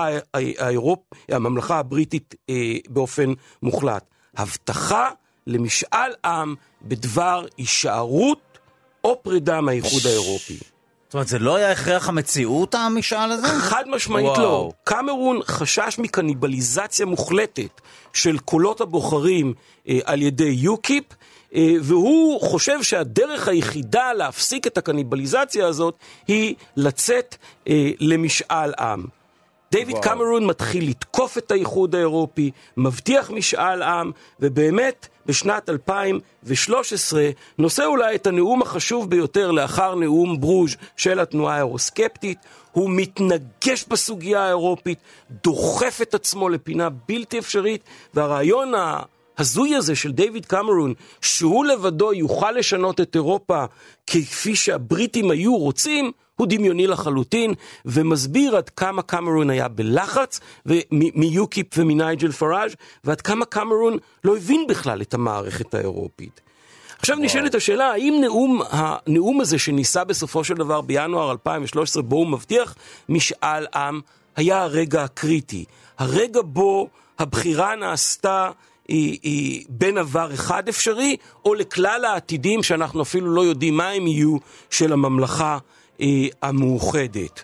[SPEAKER 4] הממלכה הבריטית באופן מוחלט. הבטחה למשאל עם בדבר הישארות או פרידה מהאיחוד האירופי.
[SPEAKER 3] זאת אומרת, זה לא היה הכרח המציאות, המשאל הזה?
[SPEAKER 4] חד משמעית לא. קמרון חשש מקניבליזציה מוחלטת של קולות הבוחרים על ידי יוקיפ, והוא חושב שהדרך היחידה להפסיק את הקניבליזציה הזאת היא לצאת למשאל עם. דיוויד קמרון מתחיל לתקוף את האיחוד האירופי, מבטיח משאל עם, ובאמת בשנת 2013 נושא אולי את הנאום החשוב ביותר לאחר נאום ברוז' של התנועה האירוסקפטית. הוא מתנגש בסוגיה האירופית, דוחף את עצמו לפינה בלתי אפשרית, והרעיון הזוי הזה של דיוויד קמרון, שהוא לבדו יוכל לשנות את אירופה כפי שהבריטים היו רוצים, הוא דמיוני לחלוטין, ומסביר עד כמה קמרון היה בלחץ מיוקיפ ומנייג'ל פראז', ועד כמה קמרון לא הבין בכלל את המערכת האירופית. עכשיו נשאלת השאלה, האם הנאום הזה שניסה בסופו של דבר בינואר 2013, בו הוא מבטיח משאל עם, היה הרגע הקריטי. הרגע בו הבחירה נעשתה בין עבר אחד אפשרי, או לכלל העתידים שאנחנו אפילו לא יודעים מה הם יהיו של הממלכה המאוחדת.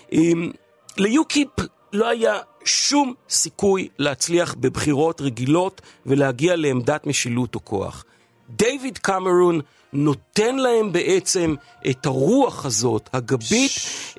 [SPEAKER 4] ליוקיפ לא היה שום סיכוי להצליח בבחירות רגילות ולהגיע לעמדת משילות או כוח. דיוויד קמרון נותן להם בעצם את הרוח הזאת, הגבית,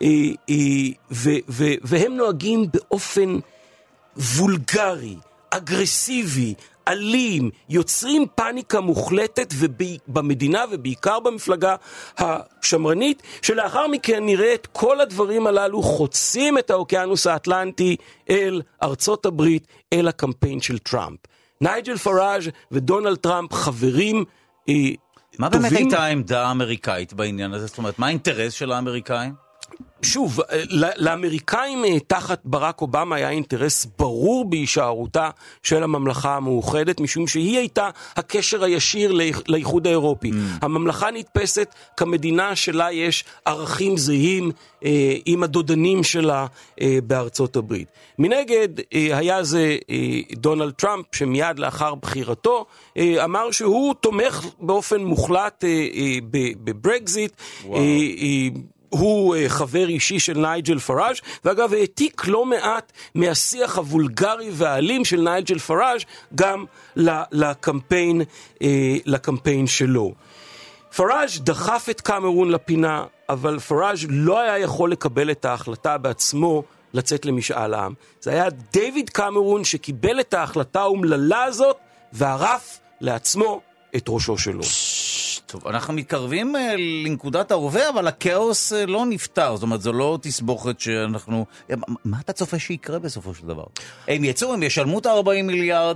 [SPEAKER 4] והם נוהגים באופן וולגרי, אגרסיבי, אלים, יוצרים פאניקה מוחלטת במדינה ובעיקר במפלגה השמרנית, שלאחר מכן נראה את כל הדברים הללו חוצים את האוקיינוס האטלנטי אל ארצות הברית, אל הקמפיין של טראמפ. נייג'ל פראז' ודונלד טראמפ חברים טובים.
[SPEAKER 3] מה באמת הייתה העמדה האמריקאית בעניין הזה? זאת אומרת, מה האינטרס של האמריקאים?
[SPEAKER 4] שוב, לאמריקאים תחת ברק אובמה היה אינטרס ברור בהישארותה של הממלכה המאוחדת, משום שהיא הייתה הקשר הישיר לאיחוד האירופי. הממלכה נתפסת כמדינה שלה יש ערכים זהים עם הדודנים שלה בארצות הברית. מנגד, היה זה דונלד טראמפ שמיד לאחר בחירתו אמר שהוא תומך באופן מוחלט בברקזיט, הוא חבר אישי של נייג'ל פראז', ואגב העתיק לא מעט מהשיח הוולגרי והאלים של נייג'ל פראז' גם לקמפיין שלו. פראז' דחף את קמרון לפינה, אבל פראז' לא היה יכול לקבל את ההחלטה בעצמו לצאת למשאל העם. זה היה דיוויד קמרון שקיבל את ההחלטה האומללה הזאת, וערף לעצמו את ראשו שלו.
[SPEAKER 3] טוב, אנחנו מתקרבים לנקודת ההווה, אבל הכאוס לא נפטר. זאת אומרת, זו לא תסבוכת שאנחנו... מה אתה צופה שיקרה בסופו של דבר? הם יצאו, הם ישלמו את 40 מיליארד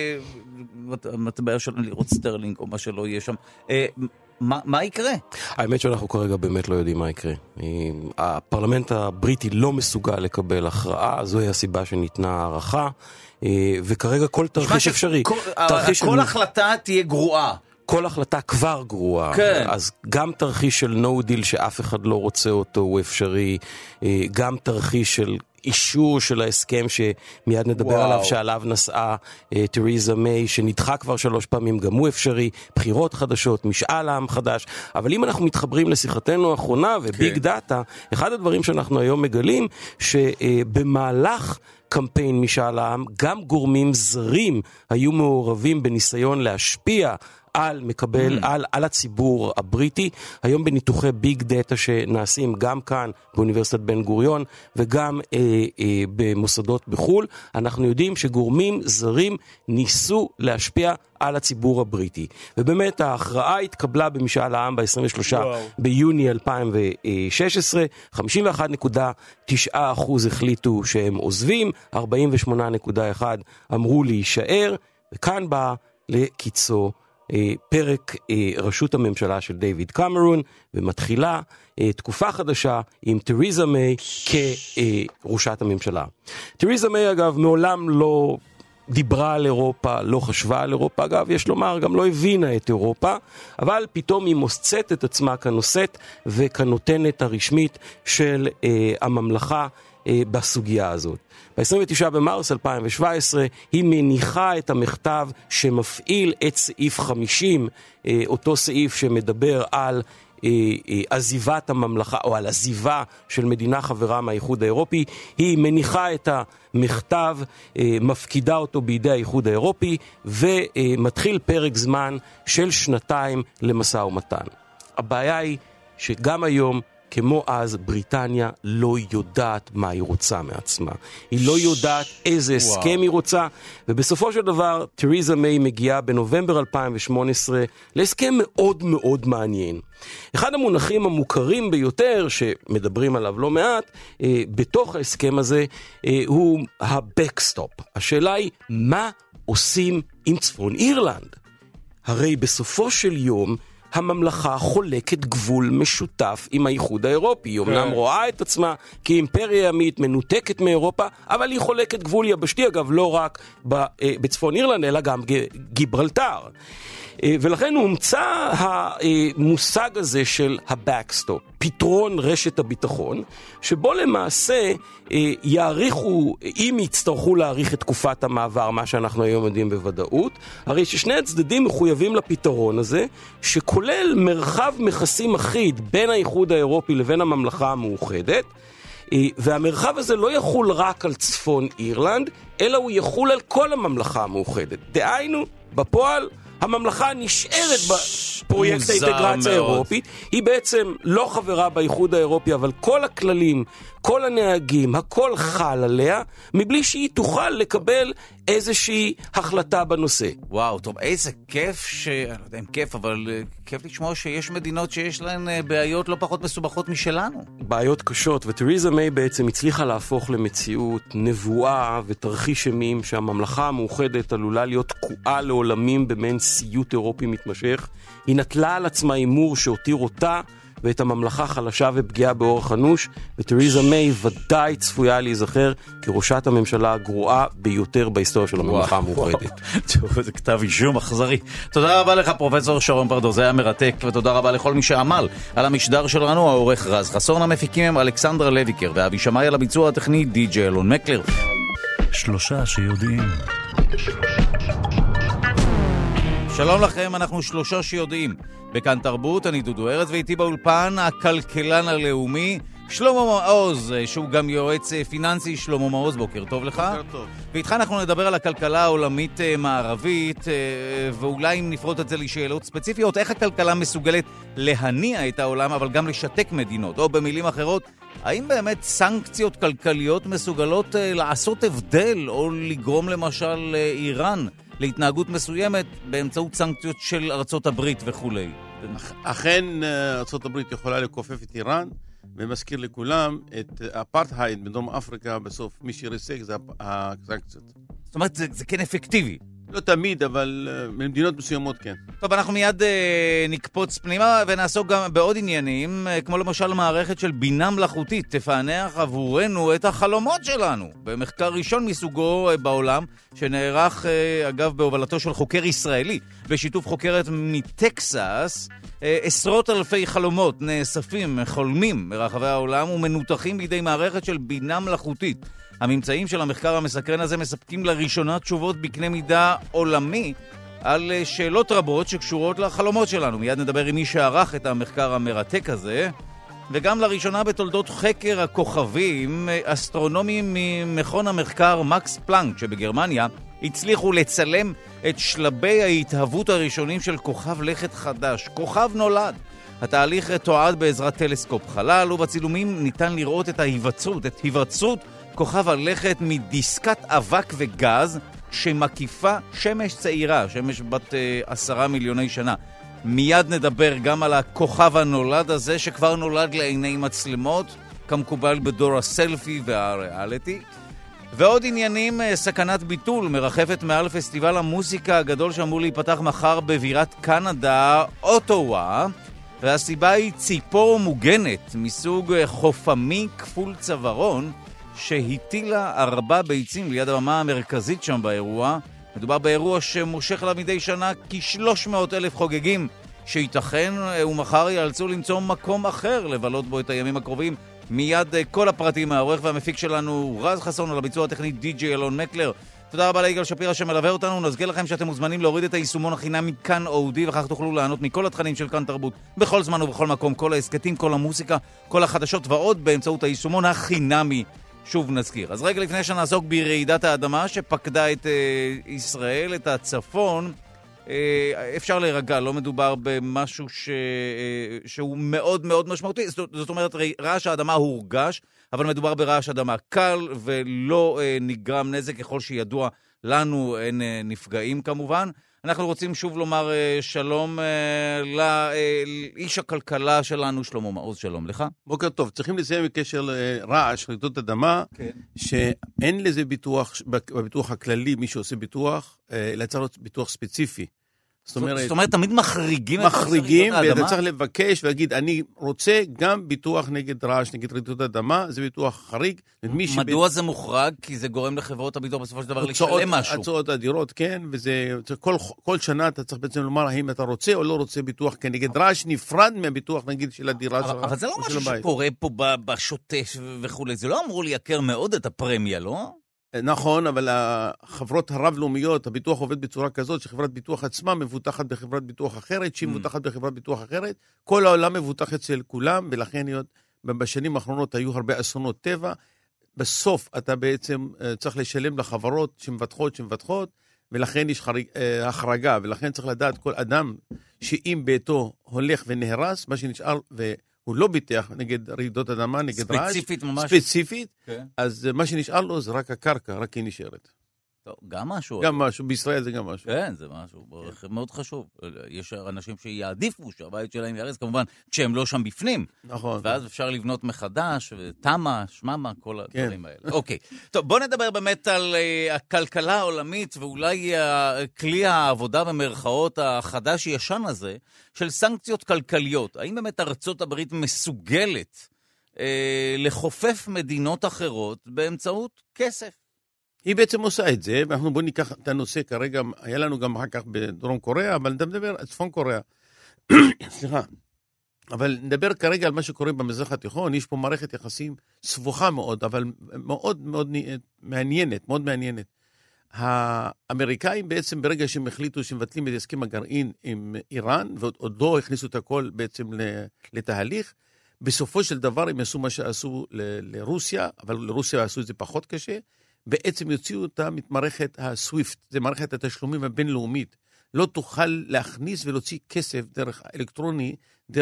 [SPEAKER 3] מטבע של לירות סטרלינג, או מה שלא יהיה שם. מה יקרה?
[SPEAKER 4] האמת שאנחנו כרגע באמת לא יודעים מה יקרה. הפרלמנט הבריטי לא מסוגל לקבל הכרעה, זוהי הסיבה שניתנה הערכה, וכרגע כל תרחיש אפשרי.
[SPEAKER 3] כל החלטה תהיה גרועה.
[SPEAKER 4] כל החלטה כבר גרועה.
[SPEAKER 3] כן.
[SPEAKER 4] אז גם תרחיש של no deal שאף אחד לא רוצה אותו הוא אפשרי, גם תרחיש של אישור של ההסכם שמיד נדבר עליו, שעליו נסעה תריזה מיי, שנדחה כבר 3 פעמים, גם הוא אפשרי, בחירות חדשות, משאל העם חדש. אבל אם אנחנו מתחברים לשיחתנו האחרונה וביג דאטה, אחד הדברים שאנחנו היום מגלים, שבמהלך קמפיין משאל העם, גם גורמים זרים היו מעורבים בניסיון להשפיע על הציבור הבריטי. היום בניתוחי ביג דאטה שנעשים גם כאן באוניברסיטת בן גוריון וגם במוסדות בחול, אנחנו יודעים שגורמים זרים ניסו להשפיע על הציבור הבריטי. ובאמת ההכרעה התקבלה במשאל העם ב-23 ביוני 2016, 51.9% החליטו שהם עוזבים, 48.1% אמרו להישאר, וכאן בא לקיצו פרק ראשות הממשלה של דיוויד קמרון, ומתחילה תקופה חדשה עם תריזה מיי כראשת הממשלה. תריזה מיי אגב מעולם לא דיברה על אירופה, לא חשבה על אירופה, אגב יש לומר גם לא הבינה את אירופה, אבל פתאום היא מוצאת את עצמה כנושאת וכנותנת הרשמית של הממלכה בסוגיה הזאת. ב-29 במרס 2017 היא מניחה את המכתב שמפעיל את סעיף 50, אותו סעיף שמדבר על עזיבת הממלכה או על עזיבה של מדינה חברה מהאיחוד האירופי. היא מניחה את המכתב, מפקידה אותו בידי האיחוד האירופי, ומתחיל פרק זמן של 2 למשא ומתן. הבעיה היא שגם היום כמו אז, בריטניה לא יודעת מה היא רוצה מעצמה. היא לא יודעת איזה הסכם היא רוצה, ובסופו של דבר, תריזה מיי מגיעה בנובמבר 2018 להסכם מאוד מאוד מעניין. אחד המונחים המוכרים ביותר, שמדברים עליו לא מעט, בתוך ההסכם הזה, הוא הבקסטופ. השאלה היא, מה עושים עם צפון אירלנד? הרי בסופו של יום, הממלכה חולקת גבול משותף עם האיחוד האירופי. היא אומנם רואה את עצמה כאימפריה ימית מנותקת מאירופה, אבל היא חולקת גבול יבשתי, אגב, לא רק בצפון אירלנד, אלא גם גיברלטר. ולכן הומצא המושג הזה של הבקסטופ, פתרון רשת הביטחון, שבו למעשה יעריכו, אם יצטרכו להעריך את תקופת המעבר, מה שאנחנו היום יודעים בוודאות, הרי ששני הצדדים מחויבים לפתרון הזה, שכולל מרחב מכסים אחיד בין האיחוד האירופי לבין הממלכה המאוחדת, והמרחב הזה לא יחול רק על צפון אירלנד, אלא הוא יחול על כל הממלכה המאוחדת. דהיינו, בפועל, הממלכה נשארת בפרויקט האינטגרציה האירופית, היא בעצם לא חברה באיחוד האירופי, אבל כל הכללים, כל הנהגים, הכל חל עליה, מבלי שהיא תוכל לקבל איזושהי החלטה בנושא.
[SPEAKER 3] וואו, טוב, איזה כיף אני לא יודע אם כיף, אבל כיף לשמוע שיש מדינות שיש להן בעיות לא פחות מסובכות משלנו.
[SPEAKER 4] בעיות קשות, ותריזה מיי בעצם הצליחה להפוך למציאות נבואה ותרחיש אימים שהממלכה המאוחדת עלולה להיות תקועה לעולמים במעין סיוט אירופי מתמשך. היא נטלה על עצמה אימור שהותיר אותה ואת הממלכה חלשה ופגיעה באורח אנוש, ותריזה מיי ודאי צפויה להיזכר כראשת הממשלה הגרועה ביותר בהיסטוריה של הממלכה המאוחדת.
[SPEAKER 3] טוב, זה כתב אישום אכזרי. תודה רבה לך פרופסור שרון פרדו, זה היה מרתק, ותודה רבה לכל מי שעמל על המשדר שלנו, העורך רז חסון, המפיקים הם אלכסנדרה לויקר ואבי שמאי, על הביצוע הטכני די.ג'יי אלון מקלר.
[SPEAKER 5] 3 שיודעים.
[SPEAKER 3] שלום לכם, אנחנו 3 שיודעים. בכאן תרבות, אני דודו ארץ, ואיתי באולפן הכלכלן הלאומי, שלמה מעוז, שהוא גם יועץ פיננסי. שלמה מעוז, בוקר טוב לך.
[SPEAKER 6] בוקר טוב.
[SPEAKER 3] ואיתך אנחנו נדבר על הכלכלה העולמית מערבית, ואולי אם נפרוט את זה לשאלות ספציפיות, איך הכלכלה מסוגלת להניע את העולם, אבל גם לשתק מדינות, או במילים אחרות, האם באמת סנקציות כלכליות מסוגלות לעשות הבדל, או לגרום למשל איראן להתנהגות מסוימת באמצעות סנקציות של ארצות הברית וכו'.
[SPEAKER 6] אכן ארצות הברית יכולה לכופף את איראן, ומזכיר לכולם את אפרטהייד בדרום אפריקה, בסוף מי שירסק זה הסנקציות.
[SPEAKER 3] זאת אומרת, זה כן אפקטיבי.
[SPEAKER 6] לא תמיד, אבל במדינות מסוימות כן.
[SPEAKER 3] טוב, אנחנו מיד נקפוץ פנימה ונעסוק גם בעוד עניינים, כמו למשל מערכת של בינה מלאכותית תפענח עבורנו את החלומות שלנו. במחקר ראשון מסוגו בעולם, שנערך אגב בהובלתו של חוקר ישראלי, בשיתוף חוקרת מטקסס, עשרות אלפי חלומות נאספים, חולמים מרחבי העולם ומנותחים בידי מערכת של בינה מלאכותית. הממצאים של המחקר המסקרן הזה מספקים לראשונה תשובות בקנה מידה עולמי על שאלות רבות שקשורות לחלומות שלנו. מיד נדבר עם מי שערך את המחקר המרתק הזה. וגם לראשונה בתולדות חקר הכוכבים, אסטרונומים ממכון המחקר מקס פלנק שבגרמניה הצליחו לצלם את שלבי ההתהוות הראשונים של כוכב לכת חדש. כוכב נולד. התהליך תועד בעזרת טלסקופ חלל, ובצילומים ניתן לראות את היווצרות כוכב הלכת מדיסקת אבק וגז שמקיפה שמש צעירה, שמש בת 10 מיליוני שנה. מיד נדבר גם על הכוכב הנולד הזה שכבר נולד לעיני מצלמות, כמקובל בדור הסלפי והריאליטי. ועוד עניינים, סכנת ביטול מרחפת מעל פסטיבל המוסיקה הגדול שאמור להיפתח מחר בבירת קנדה, אוטווה, והסיבה היא ציפור מוגנת מסוג חופמי כפול צווארון שהטילה 4 ביצים ליד הבמה המרכזית שם באירוע. מדובר באירוע שמושך לה מדי שנה כ-300,000 חוגגים שייתכן ומחר יאלצו למצוא מקום אחר לבלות בו את הימים הקרובים. מיד כל הפרטים מהעורך והמפיק שלנו רז חסון, על הביצוע הטכני די.ג'יי אלון מקלר. תודה רבה ליגאל שפירא שמלווה אותנו. נזכיר לכם שאתם מוזמנים להוריד את היישומון החינמי כאן אודי, וכך תוכלו לענות מכל התכנים של כאן תרבות בכל זמן ובכל מקום, כל העסקתים, כל המוסיקה, כל החדשות ועוד באמצעות היישומון החינמי. שוב נזכיר. אז רגע לפני שנעסוק ברעידת האדמה שפקדה את ישראל, את הצפון, אפשר להירגע, לא מדובר במשהו שהוא מאוד מאוד משמעותי. זאת אומרת, רעש האדמה הורגש, אבל מדובר ברעש אדמה קל ולא נגרם נזק. ככל שידוע לנו, אין נפגעים כמובן. אנחנו רוצים שוב לומר שלום לאיש הכלכלה שלנו, שלמה מעוז. שלום לך.
[SPEAKER 6] בוקר טוב. צריכים לסיים בקשר לרעש, רעידות אדמה, כן. שאין לזה ביטוח, בביטוח הכללי, מי שעושה ביטוח, לצריך ביטוח ספציפי.
[SPEAKER 3] זאת אומרת, תמיד מחריגים
[SPEAKER 6] ואתה צריך לבקש ולהגיד, אני רוצה גם ביטוח נגד רעש, נגד רעידות אדמה, זה ביטוח חריג.
[SPEAKER 3] מדוע זה מוחרג? כי זה גורם לחברות הביטוח בסופו של דבר לשלם משהו.
[SPEAKER 6] הצעות אדירות, כן, וזה, כל שנה אתה צריך בעצם לומר, האם אתה רוצה או לא רוצה ביטוח כנגד רעש נפרד מהביטוח, נגיד, של הדירה שלך.
[SPEAKER 3] אבל זה לא משהו שקורה פה בשוטף וכו'. זה לא אמור לייקר מאוד את הפרמיה, לא?
[SPEAKER 6] נכון, אבל החברות הרב-לאומיות, הביטוח עובד בצורה כזאת, שחברת ביטוח עצמה מבוטחת בחברת ביטוח אחרת, שהיא מבוטחת בחברת ביטוח אחרת, כל העולם מבוטח אצל כולם, ולכן בשנים האחרונות היו הרבה אסונות טבע, בסוף אתה בעצם צריך לשלם לחברות שמבטחות, ולכן יש החרגה, ולכן צריך לדעת כל אדם שאם ביתו הולך ונהרס, מה שנשאר הוא לא ביטח נגד רעידות אדמה, נגד רעש.
[SPEAKER 3] ספציפית ממש.
[SPEAKER 6] ספציפית. Okay. אז מה שנשאר לו זה רק הקרקע, רק היא נשארת.
[SPEAKER 3] טוב, גם משהו.
[SPEAKER 6] גם משהו, בישראל זה גם משהו.
[SPEAKER 3] כן, זה משהו מאוד חשוב. יש אנשים שיעדיפו שהבית שלהם ירס, כמובן, כשהם לא שם בפנים.
[SPEAKER 6] נכון.
[SPEAKER 3] ואז אפשר לבנות מחדש, תמה, שממה, כל הדברים האלה. אוקיי. טוב, בוא נדבר באמת על הכלכלה העולמית, ואולי כלי העבודה במרכאות החדש ישן הזה, של סנקציות כלכליות. האם באמת ארצות הברית מסוגלת לחופף מדינות אחרות באמצעות כסף?
[SPEAKER 6] היא בעצם עושה את זה, ואנחנו בואו ניקח את הנושא כרגע, היה לנו גם אחר כך בדרום קוריאה, אבל נדבר על צפון קוריאה. סליחה. אבל נדבר כרגע על מה שקורה במזרח התיכון, יש פה מערכת יחסים סבוכה מאוד, אבל מאוד מאוד מעניינת, מאוד מעניינת. האמריקאים בעצם ברגע שהם החליטו שמבטלים את הסכם הגרעין עם איראן, ועוד לא הכניסו את הכל בעצם לתהליך, בסופו של דבר הם יעשו מה שעשו לרוסיה, אבל לרוסיה עשו את זה פחות קשה, בעצם יוציאו אותם את מערכת הסוויפט, זה מערכת התשלומים הבינלאומית, לא תוכל להכניס ולהוציא כסף דרך אלקטרוני,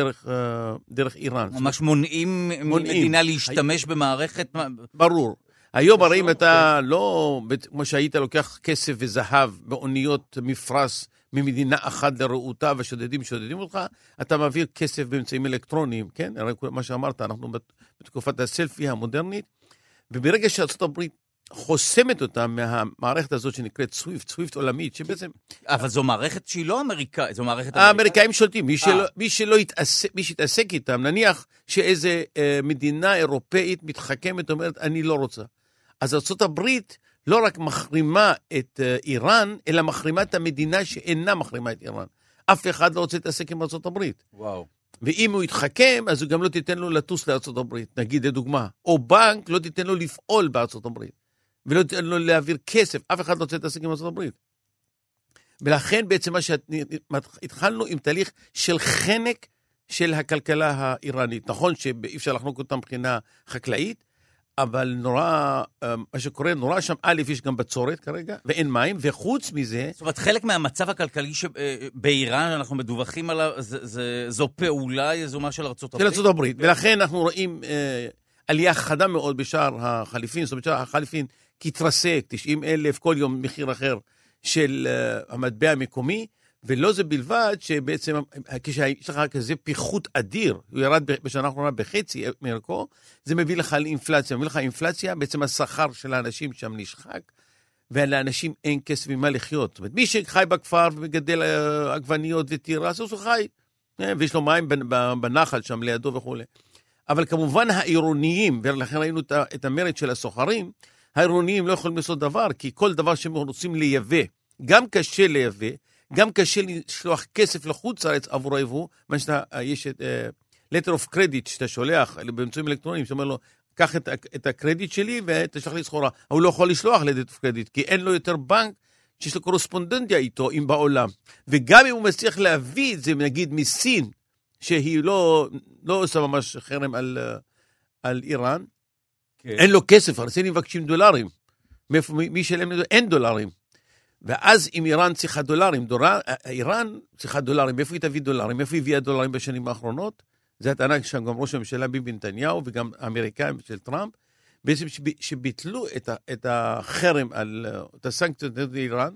[SPEAKER 6] דרך איראן.
[SPEAKER 3] ממש מונעים מדינה להשתמש במערכת...
[SPEAKER 6] ברור. היום הרי אם אתה לא, כמו שהיית לוקח כסף וזהב באוניות מפרס ממדינה אחת לרעותה ושודדים אותך, אתה מעביר כסף באמצעים אלקטרוניים, כן? הרי מה שאמרת, אנחנו בתקופת הסלפי המודרנית, וברגע שארצות הברית חוסמת אותה מהמערכת הזאת שנקראת סוויפט עולמית, שבעצם...
[SPEAKER 3] אבל זו מערכת שהיא לא אמריקאית, זו מערכת...
[SPEAKER 6] האמריקאים שולטים, מי שיתעסק איתם, נניח שאיזה מדינה אירופאית מתחכמת, אומרת, אני לא רוצה. אז ארצות הברית לא רק מחרימה את איראן, אלא מחרימה את המדינה שאינה מחרימה את איראן. אף אחד לא רוצה להתעסק עם ארצות הברית.
[SPEAKER 3] וואו.
[SPEAKER 6] ואם הוא יתחכם, אז הוא גם לא תיתן לו לטוס לארצות הברית, נגיד לדוגמה. או בנק לא תיתן לו לפעול בארצות הברית. ולא תיתן לו להעביר כסף. אף אחד לא רוצה להתעסק עם ארצות הברית. ולכן בעצם מה שהתחלנו עם תהליך של חנק של הכלכלה האיראנית. נכון שאי אפשר לחנוק אותה מבחינה חקלאית, אבל נורא, מה שקורה, נורא שם, א', יש גם בצורת כרגע, ואין מים, וחוץ מזה...
[SPEAKER 3] זאת אומרת, חלק מהמצב הכלכלי שבאיראן אנחנו מדווחים עליו, זו פעולה יזומה של ארצות הברית?
[SPEAKER 6] של ארצות הברית, ולכן אנחנו רואים עלייה חדה מאוד בשער החליפין, זאת אומרת, שער החליפין כתרסק, 90,000, כל יום מחיר אחר של המטבע המקומי, ולא זה בלבד שבעצם, כשיש לך כזה פיחות אדיר, הוא ירד בשנה האחרונה בחצי מערכו, זה מביא לך לאינפלציה. מביא לך אינפלציה, בעצם השכר של האנשים שם נשחק, ולאנשים אין כסף ממה לחיות. זאת אומרת, מי שחי בכפר ומגדל עגבניות וטירס, הוא חי, ויש לו מים בנחל שם לידו וכו'. אבל כמובן העירוניים, ולכן ראינו את המרד של הסוחרים, העירוניים לא יכולים לעשות דבר, כי כל דבר שהם רוצים לייבא, גם קשה לייבא, גם קשה לשלוח כסף לחוץ לארץ עבור היבוא, יש את letter of credit שאתה שולח באמצעים אלקטרוניים, שאומר לו, קח את הקרדיט שלי ותשלח לי סחורה. הוא לא יכול לשלוח letter of credit, כי אין לו יותר בנק שיש לו קורספונדנטיה איתו, אם בעולם. וגם אם הוא מצליח להביא את זה, נגיד מסין, שהיא לא עושה ממש חרם על איראן, כן. אין לו כסף, הסינים מבקשים דולרים. מי שלם לזה? אין דולרים. ואז אם איראן צריכה דולרים, איראן צריכה דולרים, מאיפה היא תביא דולרים? מאיפה היא הביאה דולרים בשנים האחרונות? זה הטענה שם גם ראש הממשלה ביבי נתניהו וגם האמריקאים של טראמפ, בעצם שביטלו את החרם על את הסנקציות נגד איראן,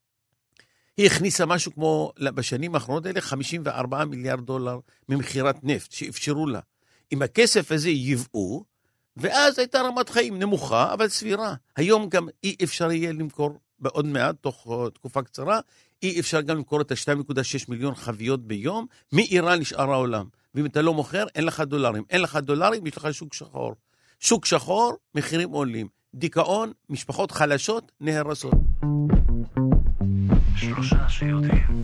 [SPEAKER 6] היא הכניסה משהו כמו, בשנים האחרונות האלה, 54 מיליארד דולר ממחירת נפט שאפשרו לה. עם הכסף הזה ייבאו, ואז הייתה רמת חיים נמוכה, אבל סבירה. היום גם אי אפשר יהיה למכור בעוד מעט, תוך תקופה קצרה, אי אפשר גם למכור את ה-2.6 מיליון חביות ביום, מאיראן לשאר העולם. ואם אתה לא מוכר, אין לך דולרים. אין לך דולרים, יש לך שוק שחור. שוק שחור, מחירים עולים. דיכאון, משפחות חלשות, נהרסות.
[SPEAKER 5] שלושה שיודעים.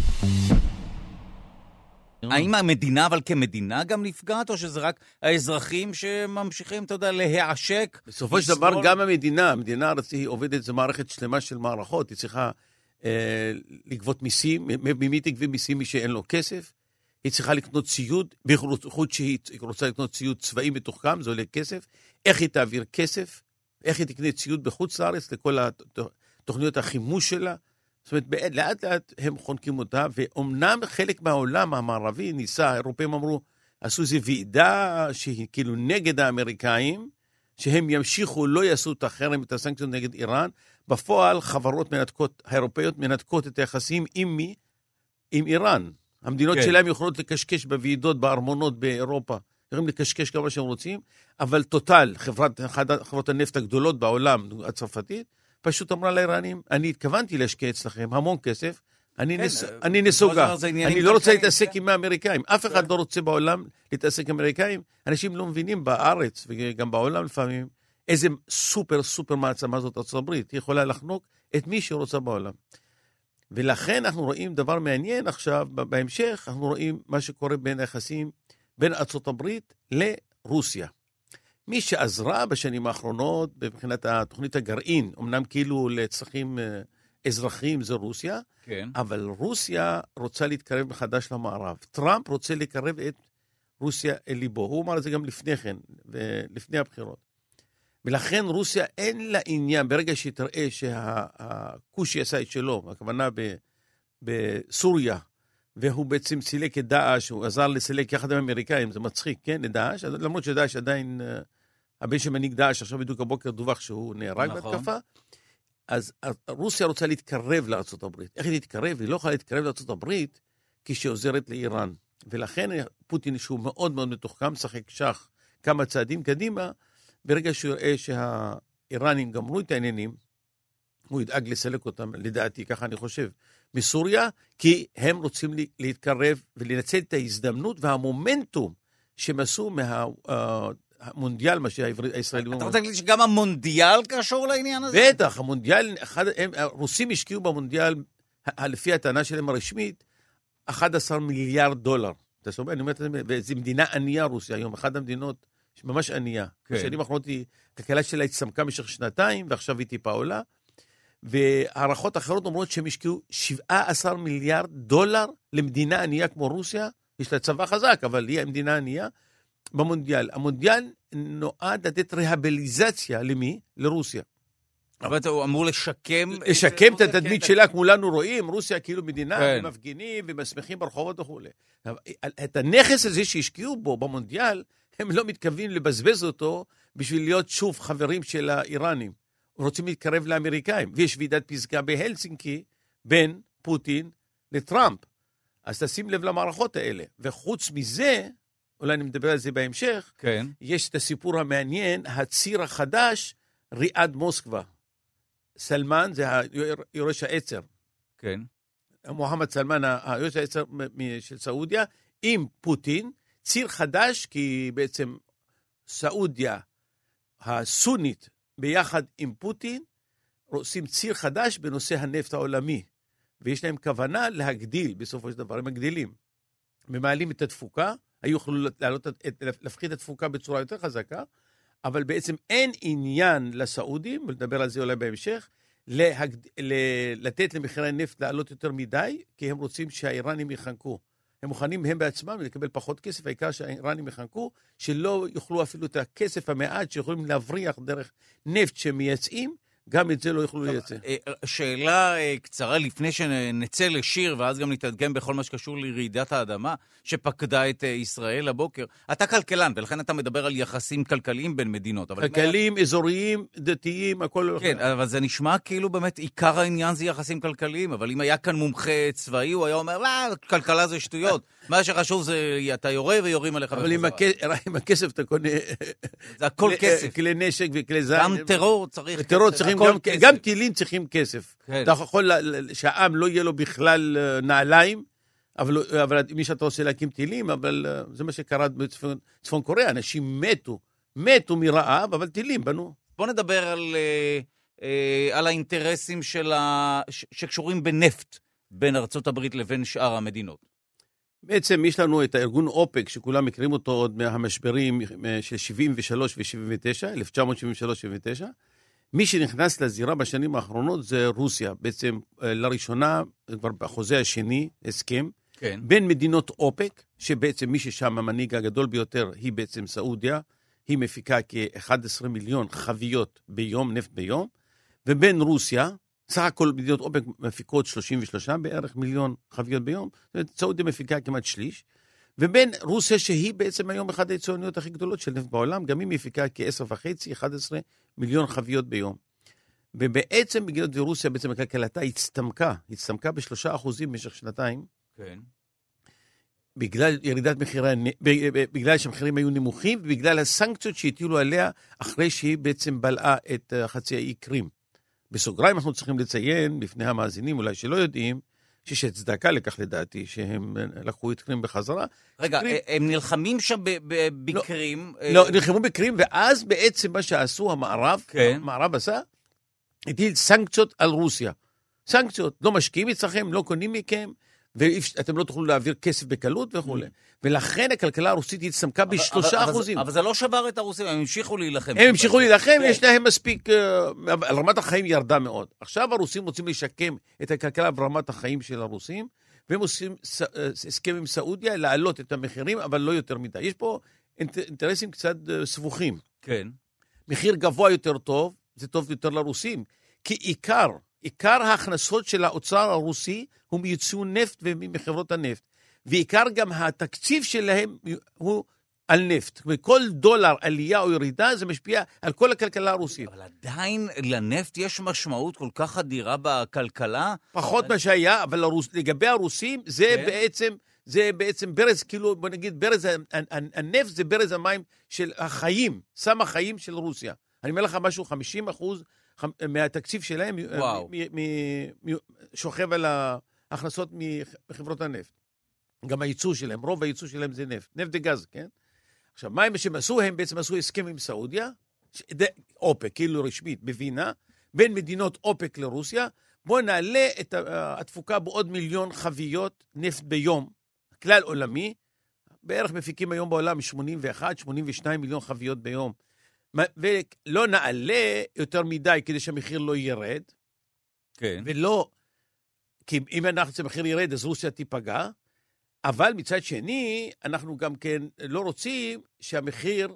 [SPEAKER 3] האם המדינה, אבל כמדינה גם נפגעת, או שזה רק האזרחים שממשיכים, אתה יודע, להיעשק?
[SPEAKER 6] בסופו של דבר, גם המדינה היא עובדת, זו מערכת שלמה של מערכות, היא צריכה לגבות מיסים, ממי תגבי מיסים מי שאין לו כסף, היא צריכה לקנות ציוד, בייחוד שהיא רוצה לקנות ציוד צבאי מתוחכם, זה עולה כסף, איך היא תעביר כסף, איך היא תקנה ציוד בחוץ לארץ, לכל התוכניות החימוש שלה, זאת אומרת, לאט לאט הם חונקים אותה, ואומנם חלק מהעולם המערבי ניסה, האירופאים אמרו, עשו איזו ועידה שהיא כאילו נגד האמריקאים, שהם ימשיכו, לא יעשו את החרם, את הסנקציות נגד איראן, בפועל חברות מנתקות, האירופאיות מנתקות את היחסים עם מי? עם איראן. המדינות שלהם יכולות לקשקש בוועידות, בארמונות באירופה, יכולים לקשקש כמה שהם רוצים, אבל טוטל, חברות הנפט הגדולות בעולם, הצרפתית, פשוט אמרה לאיראנים, אני התכוונתי להשקיע אצלכם המון כסף, אני נסוגה, אני לא רוצה להתעסק עם האמריקאים, אף אחד לא רוצה בעולם להתעסק עם האמריקאים, אנשים לא מבינים בארץ וגם בעולם לפעמים, איזה סופר מעצמה זאת ארצות הברית, היא יכולה לחנוק את מי שרוצה בעולם. ולכן אנחנו רואים דבר מעניין עכשיו, בהמשך אנחנו רואים מה שקורה בין היחסים, בין ארצות הברית לרוסיה. מי שעזרה בשנים האחרונות, מבחינת התוכנית הגרעין, אמנם כאילו לצרכים אזרחיים זה רוסיה, כן. אבל רוסיה רוצה להתקרב מחדש למערב. טראמפ רוצה לקרב את רוסיה אל ליבו. הוא אמר את זה גם לפני כן, לפני הבחירות. ולכן רוסיה אין לה עניין, ברגע שהיא תראה שהכושי עשה את שלו, הכוונה בסוריה, והוא בעצם סילק את דאעש, הוא עזר לסילק יחד עם האמריקאים, זה מצחיק, כן, לדאעש, למרות שדאעש עדיין, הבן שמנהיג דאעש, עכשיו בדיוק הבוקר דווח שהוא נהרג בהתקפה, אז רוסיה רוצה להתקרב לארצות הברית. איך היא תתקרב? היא לא יכולה להתקרב לארצות הברית, כשהיא עוזרת לאיראן. ולכן פוטין, שהוא מאוד מאוד מתוחכם, משחק שח כמה צעדים קדימה, ברגע שהוא יראה שהאיראנים גמרו את העניינים, הוא ידאג לסלק אותם, לדעתי, ככה אני חושב, מסוריה, כי הם רוצים להתקרב ולנצל את ההזדמנות והמומנטום שהם עשו מהמונדיאל, מה שהישראלים...
[SPEAKER 3] אתה רוצה להגיד שגם המונדיאל קשור לעניין הזה?
[SPEAKER 6] בטח, המונדיאל, הרוסים השקיעו במונדיאל, לפי הטענה שלהם הרשמית, 11 מיליארד דולר. אתה שומע? אני אומר, זו מדינה ענייה רוסיה, היום אחת המדינות ממש ענייה. בשנים האחרונות הכלכלה שלה הצטמקה במשך שנתיים, ועכשיו היא טיפה עולה, והערכות אחרות אומרות שהם השקיעו 17 מיליארד דולר למדינה ענייה כמו רוסיה, יש לה צבא חזק, אבל היא המדינה ענייה, במונדיאל. המונדיאל נועד לתת רהביליזציה למי? לרוסיה.
[SPEAKER 3] אבל הוא אמור לשקם
[SPEAKER 6] את התדמית שלה, כמו לנו רואים, רוסיה כאילו מדינה, ומפגינים ומשמחים ברחובות וכו'. את הנכס הזה שהשקיעו בו במונדיאל, הם לא מתכוונים לבזבז אותו בשביל להיות שוב חברים של האיראנים. רוצים להתקרב לאמריקאים. ויש ועידת פסגה בהלסינקי בין פוטין לטראמפ. אז תשים לב למערכות האלה. וחוץ מזה, אולי אני מדבר על זה בהמשך,
[SPEAKER 3] כן.
[SPEAKER 6] יש את הסיפור המעניין, הציר החדש, ריאד מוסקבה. סלמן זה יורש העצר.
[SPEAKER 3] כן.
[SPEAKER 6] מוחמד סלמן, היורש העצר של סעודיה, עם פוטין, ציר חדש, כי בעצם סעודיה הסונית ביחד עם פוטין, עושים ציר חדש בנושא הנפט העולמי, ויש להם כוונה להגדיל, בסופו של דבר הם מגדילים. ממעלים את התפוקה, היו יכולו להפחית את התפוקה בצורה יותר חזקה, אבל בעצם אין עניין לסעודים, ולדבר על זה אולי בהמשך, לתת למחירי הנפט לעלות יותר מדי, כי הם רוצים שהאיראנים יחנקו. הם מוכנים הם בעצמם לקבל פחות כסף, העיקר שהאיראנים יחנקו, שלא יוכלו אפילו את הכסף המעט שיכולים להבריח דרך נפט שמייצאים, גם את זה לא יוכלו לייצא.
[SPEAKER 3] שאלה קצרה לפני שנצא לשיר, ואז גם נתעדכן בכל מה שקשור לרעידת האדמה, שפקדה את ישראל הבוקר. אתה כלכלן, ולכן אתה מדבר על יחסים כלכליים בין מדינות.
[SPEAKER 6] כלכליים, אזוריים, דתיים, הכל...
[SPEAKER 3] כן, אבל זה נשמע כאילו באמת עיקר העניין זה יחסים כלכליים, אבל אם היה כאן מומחה צבאי, הוא היה אומר, כלכלה זה שטויות. מה שחשוב זה, אתה יורה ויורים עליך בחזרה.
[SPEAKER 6] אבל עם הכסף אתה קונה...
[SPEAKER 3] זה הכל כסף.
[SPEAKER 6] כלי נשק וכלי זין.
[SPEAKER 3] גם טרור צריך כסף.
[SPEAKER 6] טרור צריכים גם טילים צריכים כסף. אתה יכול שהעם לא יהיה לו בכלל נעליים, אבל מי שאתה עושה להקים טילים, אבל זה מה שקרה בצפון קוריאה, אנשים מתו מרעב, אבל טילים בנו.
[SPEAKER 3] בוא נדבר על האינטרסים שקשורים בנפט בין ארצות הברית לבין שאר המדינות.
[SPEAKER 6] בעצם יש לנו את הארגון אופק, שכולם מכירים אותו עוד מהמשברים של 73 ו-79, 1973-79. מי שנכנס לזירה בשנים האחרונות זה רוסיה. בעצם לראשונה, כבר בחוזה השני, הסכם,
[SPEAKER 3] כן.
[SPEAKER 6] בין מדינות אופק, שבעצם מי ששם המנהיג הגדול ביותר היא בעצם סעודיה, היא מפיקה כ-11 מיליון חביות ביום, נפט ביום, ובין רוסיה, סך הכל מדינות אופק מפיקות 33 בערך מיליון חביות ביום, זאת אומרת, סעודיה מפיקה כמעט שליש, ובין רוסיה שהיא בעצם היום אחת היצואניות הכי גדולות של נפט בעולם, גם היא מפיקה כ-10.5-11 מיליון חביות ביום. ובעצם מדינות ורוסיה, בעצם הכלכלתה הצטמקה ב3% במשך שנתיים,
[SPEAKER 3] כן.
[SPEAKER 6] בגלל ירידת מחירי, בגלל שהמחירים היו נמוכים, ובגלל הסנקציות שהטילו עליה, אחרי שהיא בעצם בלעה את חצי האי קרים. בסוגריים אנחנו צריכים לציין, בפני המאזינים אולי שלא יודעים, שיש הצדקה לכך לדעתי, שהם לקחו את קרים בחזרה.
[SPEAKER 3] רגע, הם נלחמים שם בקרים?
[SPEAKER 6] לא, נלחמו בקרים, ואז בעצם מה שעשו המערב, המערב עשה, הטיל סנקציות על רוסיה. סנקציות, לא משקיעים אצלכם, לא קונים מכם, ואתם לא תוכלו להעביר כסף בקלות וכו'. ולכן הכלכלה הרוסית הצטמקה ב3%.
[SPEAKER 3] אבל זה לא שבר את הרוסים, הם המשיכו להילחם.
[SPEAKER 6] הם המשיכו להילחם, יש להם מספיק, רמת החיים ירדה מאוד. עכשיו הרוסים רוצים לשקם את הכלכלה ברמת החיים של הרוסים, והם עושים הסכם עם סעודיה להעלות את המחירים, אבל לא יותר מדי. יש פה אינטרסים קצת סבוכים.
[SPEAKER 3] כן.
[SPEAKER 6] מחיר גבוה יותר טוב, זה טוב יותר לרוסים, כי עיקר ההכנסות של האוצר הרוסי הוא מייצוא נפט ומחברות הנפט, ועיקר גם התקציב שלהם הוא על נפט. כל דולר עלייה או ירידה זה משפיע על כל הכלכלה הרוסית.
[SPEAKER 3] אבל עדיין לנפט יש משמעות כל כך אדירה בכלכלה?
[SPEAKER 6] פחות מה שהיה, אבל לגבי הרוסים זה בעצם ברז, כאילו בוא נגיד ברז, הנפט זה ברז המים של החיים, סם החיים של רוסיה. אני אומר לך משהו, 50% מהתקציב שלהם שוכב על ההכנסות מחברות הנפט. גם הייצוא שלהם, רוב הייצוא שלהם זה נפט וגז, כן? עכשיו, מה שהם עשו? הם בעצם עשו הסכם עם סעודיה, אופק, כאילו רשמית, בווינה, בין מדינות אופק לרוסיה, בואו נעלה את התפוקה בעוד 1,000,000 חביות נפט ביום, כלל עולמי, בערך מפיקים היום בעולם 81-82 מיליון חביות ביום, ולא נעלה יותר מדי כדי שהמחיר לא ירד,
[SPEAKER 3] כן.
[SPEAKER 6] ולא, כי אם המחיר ירד, אז רוסיה תיפגע, אבל מצד שני, אנחנו גם כן לא רוצים שהמחיר,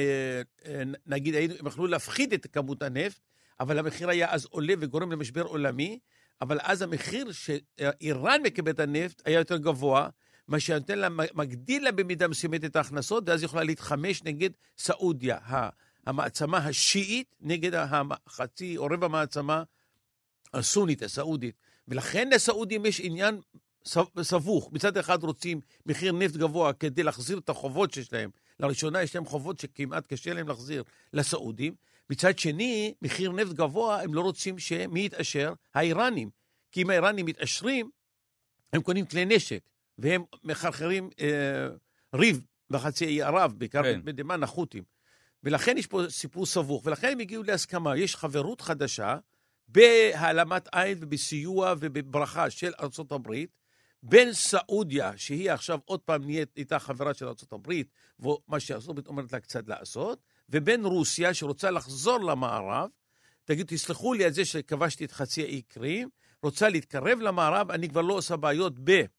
[SPEAKER 6] נגיד, הם יכלו להפחית את כמות הנפט, אבל המחיר היה אז עולה וגורם למשבר עולמי, אבל אז המחיר שאיראן מקבלת הנפט היה יותר גבוה, מה שנותן לה, מגדיל לה במידה מסוימת את ההכנסות, ואז יכולה להתחמש נגד סעודיה, המעצמה השיעית, נגד החצי או רבע מעצמה הסונית, הסעודית. ולכן לסעודים יש עניין סבוך. מצד אחד רוצים מחיר נפט גבוה כדי להחזיר את החובות שיש להם. לראשונה יש להם חובות שכמעט קשה להם להחזיר לסעודים. מצד שני, מחיר נפט גבוה, הם לא רוצים שמי יתאשר? האיראנים. כי אם האיראנים מתאשרים, הם קונים כלי נשק, והם מחרחרים ריב בחצי האי ערב, בעיקר בדמן החות'ים. ולכן יש פה סיפור סבוך, ולכן הם הגיעו להסכמה. יש חברות חדשה בהעלמת עין ובסיוע ובברכה של ארצות הברית, בין סעודיה, שהיא עכשיו עוד פעם נהיית איתה חברה של ארצות הברית, ומה שארצות הברית אומרת לה קצת לעשות, ובין רוסיה שרוצה לחזור למערב, תגידו, תסלחו לי על זה שכבשתי את חצי האי קרים, רוצה להתקרב למערב, אני כבר לא עושה בעיות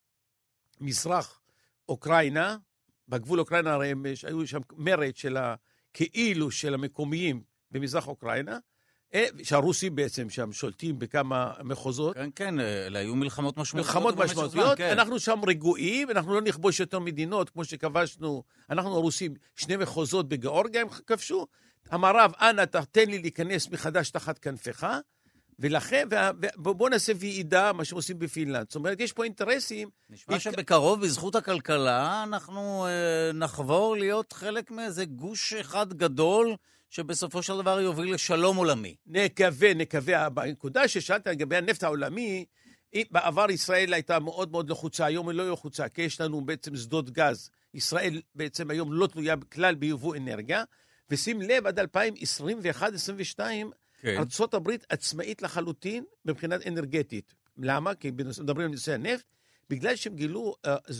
[SPEAKER 6] במזרח אוקראינה, בגבול אוקראינה הרי היו שם מרד של כאילו של המקומיים במזרח אוקראינה, שהרוסים בעצם שם שולטים בכמה מחוזות.
[SPEAKER 3] כן, כן, אלה היו מלחמות משמעותיות.
[SPEAKER 6] מלחמות משמעותיות, אנחנו שם רגועים, אנחנו לא נכבוש יותר מדינות, כמו שכבשנו, אנחנו הרוסים, 2 מחוזות בגיאורגיה הם כבשו, המערב, אנא, תן לי להיכנס מחדש תחת כנפך, ולכן, בואו נעשה ועידה, מה שעושים בפינלנד. זאת אומרת, יש פה אינטרסים.
[SPEAKER 3] נשמע שבקרוב, בזכות הכלכלה, אנחנו נחבור להיות חלק מאיזה גוש אחד גדול, שבסופו של דבר יוביל לשלום עולמי.
[SPEAKER 6] נקווה. בנקודה ששאלת לגבי הנפט העולמי, בעבר ישראל הייתה מאוד מאוד לחוצה, היום היא לא לחוצה, כי יש לנו בעצם שדות גז. ישראל בעצם היום לא תלויה בכלל ביבוא אנרגיה, ושים לב, עד 2021-2022, ארצות הברית עצמאית לחלוטין מבחינת אנרגטית. למה? כי מדברים על נושא הנפט, בגלל שהם גילו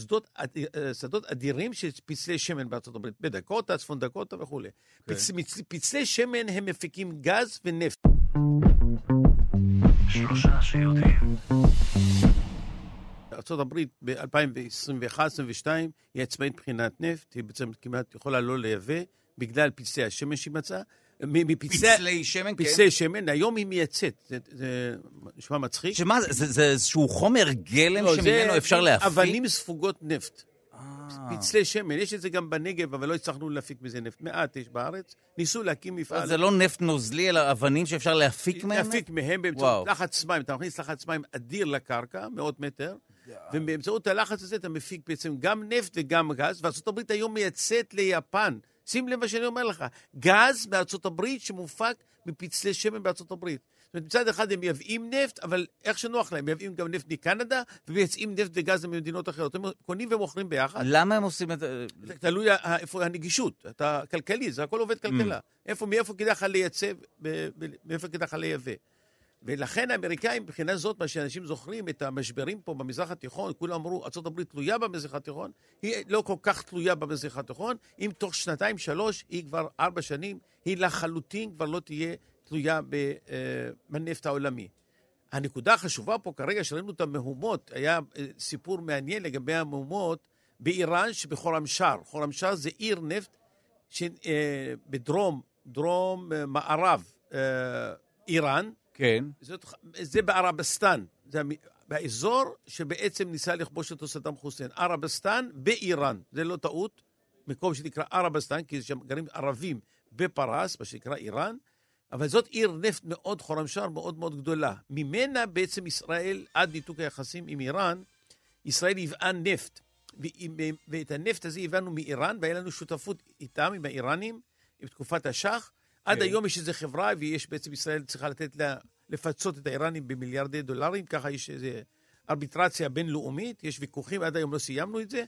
[SPEAKER 6] שדות אדירים של פצלי שמן בארצות הברית, בדקוטה, צפון דקוטה וכו'. פצלי שמן הם מפיקים גז ונפט.
[SPEAKER 5] 3 שיודעים.
[SPEAKER 6] ארצות הברית ב-2021-2022 היא עצמאית מבחינת נפט, היא בעצם כמעט יכולה לא לייבא, בגלל פצלי השמן שהיא מצאה.
[SPEAKER 3] פצלי שמן, כן.
[SPEAKER 6] פצלי שמן, היום היא מייצאת, זה נשמע מצחיק.
[SPEAKER 3] שמה, זה איזשהו חומר גלם שממנו אפשר להפיק?
[SPEAKER 6] אבנים ספוגות נפט. פצלי שמן, יש את זה גם בנגב, אבל לא הצלחנו להפיק מזה נפט. מעט יש בארץ, ניסו להקים מפעל.
[SPEAKER 3] זה לא נפט נוזלי, אלא אבנים שאפשר להפיק מהם?
[SPEAKER 6] להפיק מהם באמצעות לחץ מים. אתה מכניס לחץ מים אדיר לקרקע, 100 מטר, ובאמצעות הלחץ הזה אתה מפיק בעצם גם נפט וגם גז, וארצות הברית היום מייצאת ליפן. שים לב מה שאני אומר לך, גז בארצות הברית שמופק מפצלי שמן בארצות הברית. זאת אומרת, מצד אחד הם מייבאים נפט, אבל איך שנוח להם, מייבאים גם נפט מקנדה, ומייצאים נפט וגז ממדינות אחרות. הם קונים ומוכרים ביחד.
[SPEAKER 3] למה הם עושים את זה?
[SPEAKER 6] תלוי איפה הנגישות, אתה כלכלי, זה הכל עובד כלכלה. מאיפה כדאי לך לייצב, מאיפה כדאי לך לייבא. ולכן האמריקאים, מבחינה זאת, מה שאנשים זוכרים, את המשברים פה במזרח התיכון, כולם אמרו, ארצות הברית תלויה במזרח התיכון, היא לא כל כך תלויה במזרח התיכון, אם תוך 2-3, היא כבר 4 שנים, היא לחלוטין כבר לא תהיה תלויה בנפט העולמי. הנקודה החשובה פה כרגע שראינו את המהומות, היה סיפור מעניין לגבי המהומות באיראן שבחורמשר. חורמשר זה עיר נפט בדרום מערב איראן.
[SPEAKER 3] כן.
[SPEAKER 6] זה בערבסטן. זה באזור שבעצם ניסה לכבוש אותו סדאם חוסיין. ערבסטן באיראן. זה לא טעות. מקום שנקרא ערבסטן, כי שם גרים ערבים בפרס, מה שנקרא איראן. אבל זאת עיר נפט מאוד, חורמשר מאוד מאוד גדולה. ממנה בעצם ישראל, עד ניתוק היחסים עם איראן, ישראל היבאה נפט. ואת הנפט הזה הבאנו מאיראן, והיה לנו שותפות איתם, עם האיראנים, עם תקופת השח. עד היום יש איזו חברה, ויש בעצם ישראל צריכה לפצות את האיראנים במיליארדי דולרים, ככה יש איזו ארביטרציה בינלאומית, יש ויכוחים, עד היום לא סיימנו את זה.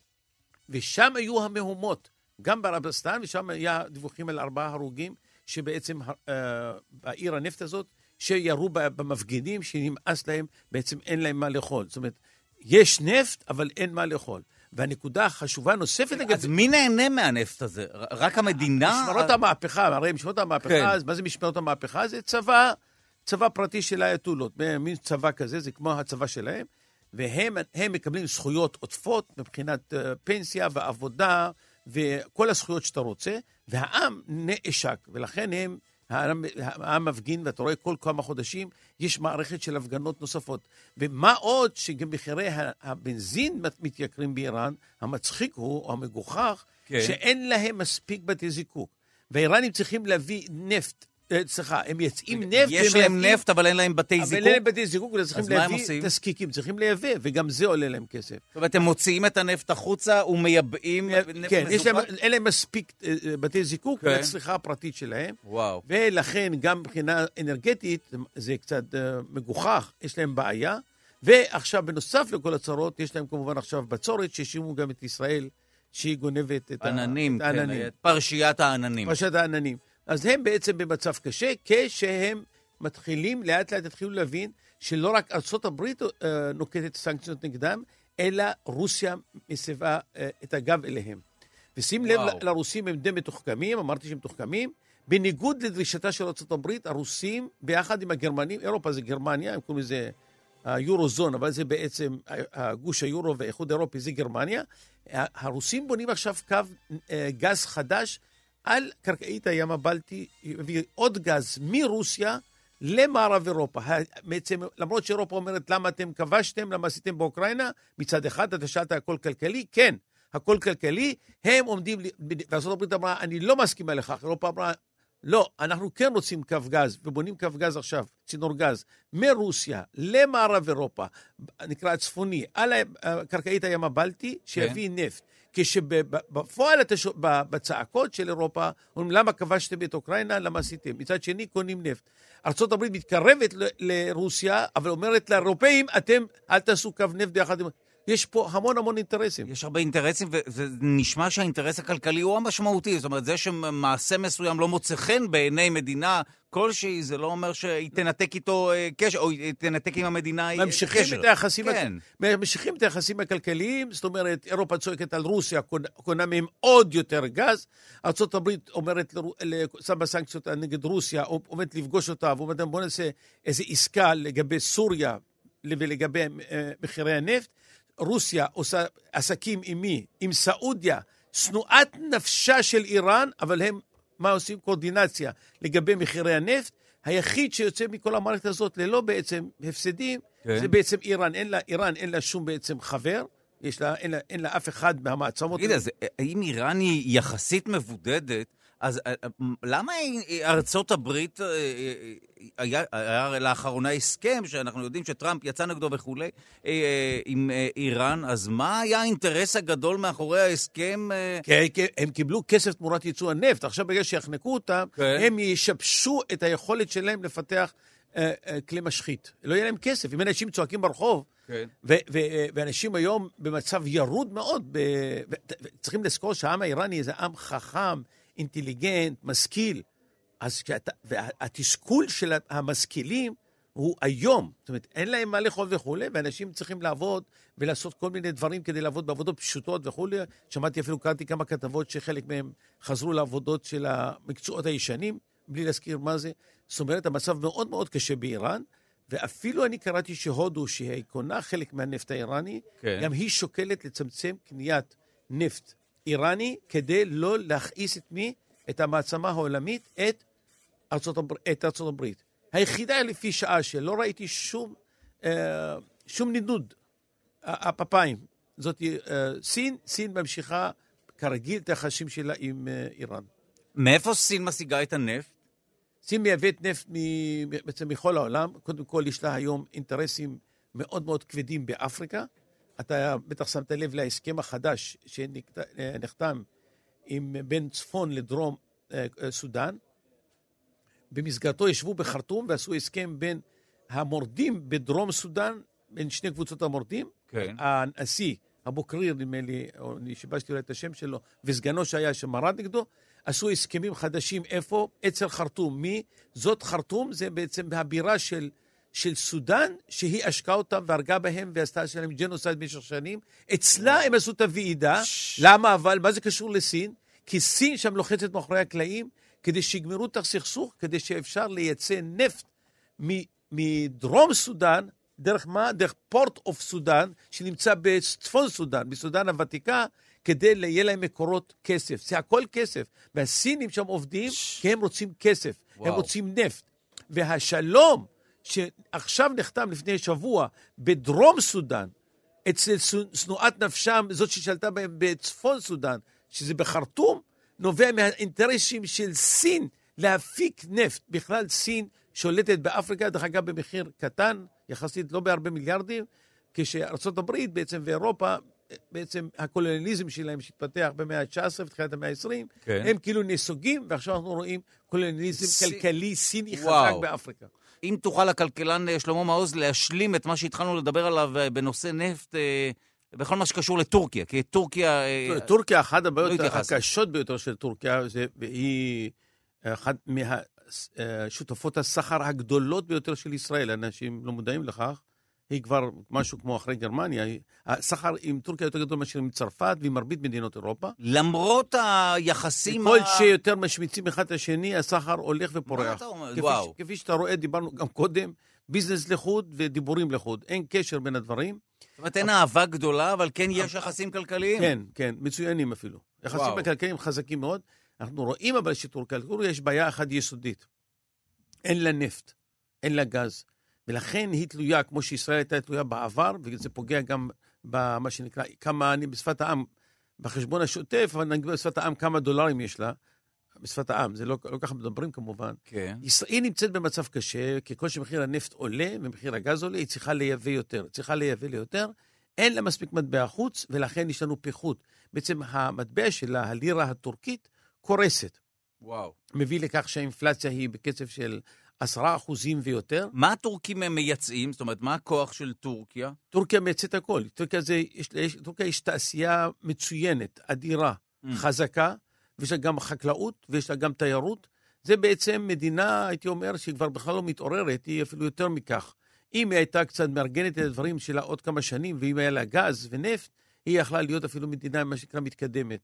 [SPEAKER 6] ושם היו המהומות, גם בערבסטן, ושם היה דיווחים על 4 הרוגים, שבעצם בעיר הנפט הזאת, שירו במפגינים, שנמאס להם, בעצם אין להם מה לאכול. זאת אומרת, יש נפט, אבל אין מה לאכול. והנקודה החשובה נוספת...
[SPEAKER 3] אז מי נהנה מהנפט הזה? רק המדינה?
[SPEAKER 6] משמרות המהפכה, הרי משמרות המהפכה, אז מה זה משמרות המהפכה? זה צבא פרטי של האייתולות, מין צבא כזה, זה כמו הצבא שלהם, והם מקבלים זכויות עוטפות, מבחינת פנסיה ועבודה, וכל הזכויות שאתה רוצה, והעם נאשק, ולכן העם מפגין, ואתה רואה כל כמה חודשים, יש מערכת של הפגנות נוספות. ומה עוד שגם מחירי הבנזין מתייקרים באיראן, המצחיק הוא, או המגוחך, שאין להם מספיק בתי זיקוק. והאיראנים צריכים להביא נפט, הם יצאים נפט.
[SPEAKER 3] יש להם נפט, אבל אין להם בתי זיקוק?
[SPEAKER 6] אבל אין להם בתי זיקוק, וצריכים להביא תזקיקים, צריכים לייבא, וגם זה עולה להם כסף.
[SPEAKER 3] זאת אומרת, הם מוציאים את הנפט החוצה ומייבאים נפט מזוקק?
[SPEAKER 6] כן, אין להם מספיק בתי זיקוק, להצליחה הפרטית שלהם.
[SPEAKER 3] וואו.
[SPEAKER 6] ולכן, גם מבחינה אנרגטית, זה קצת מגוחך, יש להם בעיה. ועכשיו, בנוסף לכל הצרות, יש להם כמובן עכשיו בצורת, שהשימו גם את ישראל, שהיא גונבת את העננים.
[SPEAKER 3] פרשיית העננים.
[SPEAKER 6] פרשיית העננים. אז הם בעצם במצב קשה, כשהם מתחילים, לאט לאט התחילו להבין, שלא רק ארצות הברית נוקטת סנקציות נגדם, אלא רוסיה מסבה את הגב אליהם. ושים לב, לרוסים הם די מתוחכמים, אמרתי שהם מתוחכמים, בניגוד לדרישתה של ארצות הברית, הרוסים ביחד עם הגרמנים, אירופה זה גרמניה, הם קוראים לזה היורוזון, אבל זה בעצם הגוש היורו והאיחוד האירופי, זה גרמניה. הרוסים בונים עכשיו קו גז חדש, על קרקעית הים הבלטי, הביא עוד גז מרוסיה למערב אירופה. בעצם, למרות שאירופה אומרת, למה אתם כבשתם, למה עשיתם באוקראינה, מצד אחד, אתה שאלת הכל כלכלי, כן, הכל כלכלי, הם עומדים, וארצות הברית אמרה, אני לא מסכימה לכך, אירופה אמרה, לא, אנחנו כן רוצים קו גז, ובונים קו גז עכשיו, צינור גז, מרוסיה למערב אירופה, נקרא הצפוני, על קרקעית הים הבלטי, שיביא נפט. כשבפועל בצעקות של אירופה, אומרים למה כבשתם את אוקראינה, למה עשיתם? מצד שני קונים נפט. ארצות הברית מתקרבת לרוסיה, אבל אומרת לאירופאים, אתם אל תעשו קו נפט ביחד עם... יש פה המון אינטרסים.
[SPEAKER 3] יש הרבה אינטרסים, ונשמע שהאינטרס הכלכלי הוא המשמעותי. זאת אומרת, זה שמעשה מסוים לא מוצא חן בעיני מדינה כלשהי, זה לא אומר שהיא תנתק איתו קשר, או היא תנתק עם המדינה קשר. ממשיכים את היחסים הכלכליים, זאת אומרת, אירופה צועקת על רוסיה, קונה מהם עוד יותר גז, ארצות הברית אומרת, שמה סנקציות נגד רוסיה, עומדת לפגוש אותה, ואומרת, בוא נעשה איזו עסקה לגבי סוריה, ולגבי מחירי הנפט, רוסיה עושה עסקים עם מי? עם סעודיה, שנואת נפשה של איראן, אבל הם, מה עושים? קואורדינציה לגבי מחירי הנפט. היחיד שיוצא מכל המערכת הזאת ללא בעצם הפסדים, זה בעצם איראן. איראן אין לה שום בעצם חבר, אין לה אף אחד מהמעצמות. תגיד, אז אם איראן היא יחסית מבודדת, אז למה ארצות הברית, היה לאחרונה הסכם, שאנחנו יודעים שטראמפ יצא נגדו וכולי, עם איראן, אז מה היה האינטרס הגדול מאחורי ההסכם?
[SPEAKER 6] כי הם קיבלו כסף תמורת ייצוא הנפט, עכשיו בגלל שיחנקו אותם, הם ישבשו את היכולת שלהם לפתח כלי משחית. לא יהיה להם כסף, אם אנשים צועקים ברחוב, ואנשים היום במצב ירוד מאוד, צריכים לזכור שהעם האיראני זה עם חכם, אינטליגנט, משכיל, והתסכול של המשכילים הוא היום, זאת אומרת, אין להם מה לאכול וכו', ואנשים צריכים לעבוד ולעשות כל מיני דברים כדי לעבוד בעבודות פשוטות וכו'. שמעתי אפילו, קראתי כמה כתבות שחלק מהם חזרו לעבודות של המקצועות הישנים, בלי להזכיר מה זה. זאת אומרת, המצב מאוד מאוד קשה באיראן, ואפילו אני קראתי שהודו, שהיא קונה חלק מהנפט האיראני,
[SPEAKER 3] כן.
[SPEAKER 6] גם היא שוקלת לצמצם קניית נפט איראני, כדי לא להכעיס את המעצמה העולמית, את ארצות הברית. היחידה לפי שעה שלא ראיתי שום נידוד הפפיים. זאת סין ממשיכה כרגיל את היחסים שלה עם איראן.
[SPEAKER 3] מאיפה סין משיגה את הנפט?
[SPEAKER 6] סין מייבאת נפט בעצם מכל העולם. קודם כל יש לה היום אינטרסים מאוד מאוד כבדים באפריקה. אתה בטח שמת לב להסכם החדש שנחתם בין צפון לדרום סודן. במסגרתו ישבו בחרטום ועשו הסכם בין המורדים בדרום סודן, בין שני קבוצות המורדים.
[SPEAKER 3] כן.
[SPEAKER 6] הנשיא אבו קריר, נדמה לי, או אני שיבשתי אולי את השם שלו, וסגנו שהיה שמרד נגדו, עשו הסכמים חדשים. איפה? אצל חרטום. מי? זאת חרטום, זה בעצם הבירה של סודן, שהיא השקעה אותם והרגה בהם ועשתה שלהם ג'נוסייד במשך שנים. אצלה הם עשו את הוועידה. למה אבל? מה זה קשור לסין? כי סין שם לוחצת מאחורי הקלעים, כדי שיגמרו את הסכסוך, כדי שאפשר לייצא נפט מדרום סודן, דרך מה? דרך פורט אוף סודן, שנמצא בצפון סודן, בסודן הוותיקה, כדי שיהיה להם מקורות כסף. זה הכל כסף. והסינים שם עובדים, כי הם רוצים כסף. הם רוצים נפט. והשלום שעכשיו נחתם לפני שבוע, בדרום סודן, אצל שנועת נפשם, זאת ששלטה בהם בצפון סודן, שזה בחרטום, נובע מהאינטרסים של סין להפיק נפט. בכלל סין שולטת באפריקה, דרך אגב במחיר קטן, יחסית לא בהרבה מיליארדים, כשארצות הברית בעצם ואירופה, בעצם הקולוניאליזם שלהם שהתפתח במאה ה-19 ותחילת המאה ה-20,
[SPEAKER 3] כן.
[SPEAKER 6] הם כאילו נסוגים, ועכשיו אנחנו רואים קולוניאליזם כלכלי סיני חזק באפריקה.
[SPEAKER 3] אם תוכל הכלכלן שלמה מעוז להשלים את מה שהתחלנו לדבר עליו בנושא נפט, בכל מה שקשור לטורקיה, כי טורקיה...
[SPEAKER 6] טורקיה, אחת הבעיות הקשות ביותר של טורקיה, והיא אחת מהשותפות הסחר הגדולות ביותר של ישראל, אנשים לא מודעים לכך, היא כבר משהו כמו אחרי גרמניה, הסחר עם טורקיה יותר גדול מאשר עם צרפת ועם מרבית מדינות אירופה.
[SPEAKER 3] למרות היחסים...
[SPEAKER 6] כל שיותר משמיצים אחד השני, הסחר הולך ופורח.
[SPEAKER 3] מה אתה אומר? וואו.
[SPEAKER 6] כפי שאתה רואה, דיברנו גם קודם, ביזנס לחוד ודיבורים לחוד. אין קשר בין הדברים.
[SPEAKER 3] זאת אומרת, אין אהבה גדולה, אבל כן יש יחסים כלכליים?
[SPEAKER 6] כן, כן, מצוינים אפילו. יחסים כלכליים חזקים מאוד. אנחנו רואים אבל שטורקיה יש בעיה אחת יסודית. אין לה נפט, אין לה גז. ולכן היא תלויה, כמו שישראל הייתה תלויה בעבר, וזה פוגע גם במה שנקרא, כמה אני בשפת העם, בחשבון השוטף, אבל נגיד בשפת העם כמה דולרים יש לה, בשפת העם, זה לא ככה מדברים כמובן.
[SPEAKER 3] כן.
[SPEAKER 6] היא נמצאת במצב קשה, ככל שמחיר הנפט עולה ומחיר הגז עולה, היא צריכה לייבא יותר, אין לה מספיק מטבע חוץ, ולכן יש לנו פיחות. בעצם המטבע שלה, הלירה הטורקית, קורסת.
[SPEAKER 3] וואו. מביא
[SPEAKER 6] לכך שהאינפלציה היא בקצב של 10% ויותר.
[SPEAKER 3] מה הטורקים הם מייצאים? זאת אומרת, מה הכוח של טורקיה?
[SPEAKER 6] טורקיה מייצאת הכל. טורקיה יש תעשייה מצוינת, אדירה, חזקה, ויש לה גם חקלאות, ויש לה גם תיירות. זה בעצם מדינה, הייתי אומר, שהיא כבר בכלל לא מתעוררת, היא אפילו יותר מכך. אם היא הייתה קצת מארגנת את הדברים שלה עוד כמה שנים, ואם היה לה גז ונפט, היא יכלה להיות אפילו מדינה, מה שנקרא, מתקדמת.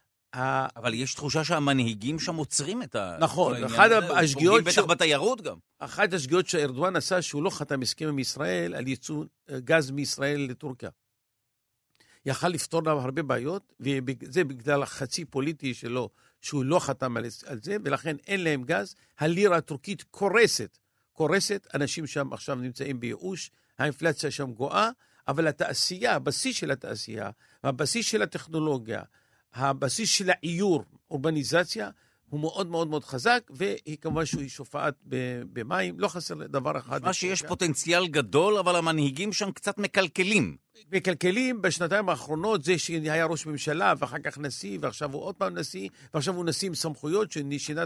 [SPEAKER 3] אבל יש תחושה שהמנהיגים שם עוצרים את ה...
[SPEAKER 6] נכון, אחד השגיאות...
[SPEAKER 3] בטח בתיירות גם.
[SPEAKER 6] אחת השגיאות שארדואן עשה, שהוא לא חתם הסכם עם ישראל על ייצוא גז מישראל לטורקיה. יכל לפתור לה הרבה בעיות, וזה בגלל החצי פוליטי שלו, שהוא לא חתם על זה, ולכן אין להם גז. הלירה הטורקית קורסת, אנשים שם עכשיו נמצאים בייאוש, האינפלציה שם גואה, אבל התעשייה, הבסיס של התעשייה, הבסיס של הטכנולוגיה, הבסיס של האיור, אורבניזציה, הוא מאוד מאוד מאוד חזק, והיא כמובן שהיא שופעת במים, לא חסר דבר אחד.
[SPEAKER 3] מה שיש פוטנציאל גדול, אבל המנהיגים שם קצת מקלקלים.
[SPEAKER 6] מקלקלים בשנתיים האחרונות, זה שהיה ראש ממשלה, ואחר כך נשיא, ועכשיו הוא עוד פעם נשיא, ועכשיו הוא נשיא עם סמכויות, ששינה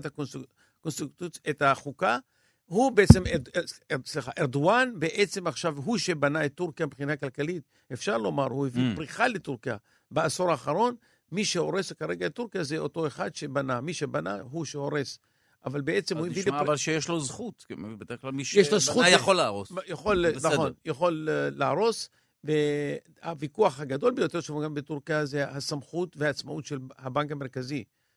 [SPEAKER 6] את החוקה. הוא בעצם, ארדואן בעצם עכשיו הוא שבנה את טורקיה מבחינה כלכלית, אפשר לומר, הוא הביא פריחה לטורקיה בעשור האחרון, מי שהורס כרגע את טורקיה זה אותו אחד שבנה, מי שבנה הוא שהורס. אבל בעצם הוא הביא...
[SPEAKER 3] נשמע אבל שיש לו זכות, בדרך כלל מי שבנה יכול להרוס.
[SPEAKER 6] יכול להרוס, והוויכוח הגדול ביותר שהוא גם בטורקיה זה הסמכות והעצמאות של הבנק המרכזי.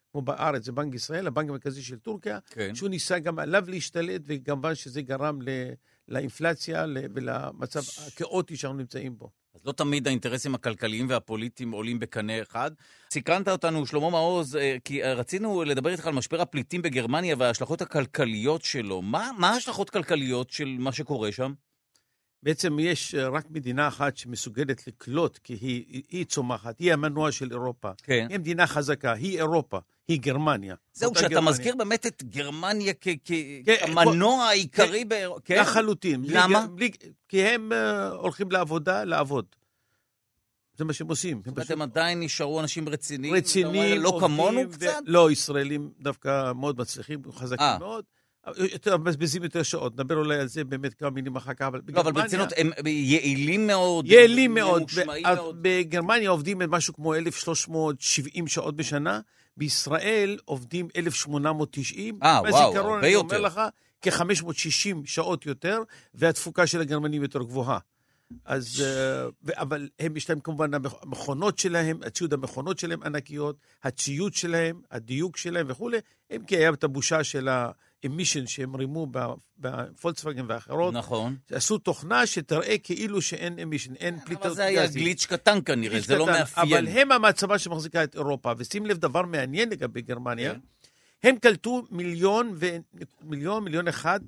[SPEAKER 6] כמו בארץ, זה בנק ישראל, הבנק המרכזי של טורקיה, שהוא ניסה גם עליו להשתלט, וכמובן שזה גרם לאינפלציה ולמצב הכאוטי שאנחנו נמצאים בו.
[SPEAKER 3] אז לא תמיד האינטרסים הכלכליים והפוליטיים עולים בקנה אחד. סקרנת אותנו, שלמה מעוז, כי רצינו לדבר איתך על משבר הפליטים בגרמניה וההשלכות הכלכליות שלו. מה ההשלכות הכלכליות של מה שקורה שם?
[SPEAKER 6] בעצם יש רק מדינה אחת שמסוגלת לקלוט, כי היא צומחת, היא המנוע של אירופה.
[SPEAKER 3] כן.
[SPEAKER 6] היא מדינה חזקה, היא אירופה, היא גרמניה.
[SPEAKER 3] זהו, שאתה מזכיר באמת את גרמניה כמנוע העיקרי באירופה.
[SPEAKER 6] לחלוטין.
[SPEAKER 3] למה?
[SPEAKER 6] כי הם הולכים לעבוד. זה מה שהם עושים.
[SPEAKER 3] אתם עדיין נשארו אנשים רציניים?
[SPEAKER 6] רציניים,
[SPEAKER 3] לא כמונו קצת?
[SPEAKER 6] לא, ישראלים דווקא מאוד מצליחים, חזקים מאוד. יותר מבזבזים יותר שעות, נדבר אולי על זה באמת כמה מילים אחר כך, אבל
[SPEAKER 3] לא, אבל ברצינות הם יעילים מאוד.
[SPEAKER 6] יעילים מאוד. בגרמניה עובדים משהו כמו 1,370 שעות בשנה, בישראל עובדים 1,890.
[SPEAKER 3] וואו, הרבה
[SPEAKER 6] אני
[SPEAKER 3] יותר.
[SPEAKER 6] אומר לך, כ-560 שעות יותר, והתפוקה של הגרמנים יותר גבוהה. אז, אבל הם יש להם כמובן המכונות שלהם, הציוד המכונות שלהם ענקיות, הציוד שלהם, הדיוק שלהם וכו'. הם כי היה את הבושה של האמישן שהם רימו בפולקסווגן ואחרות.
[SPEAKER 3] נכון.
[SPEAKER 6] עשו תוכנה שתראה כאילו שאין אמישן, אין פליטות גזים.
[SPEAKER 3] אבל זה היה גליץ' קטן כנראה, זה לא מאפיין.
[SPEAKER 6] אבל הם המעצמה שמחזיקה את אירופה, ושים לב דבר מעניין לגבי גרמניה, הם קלטו מיליון אחד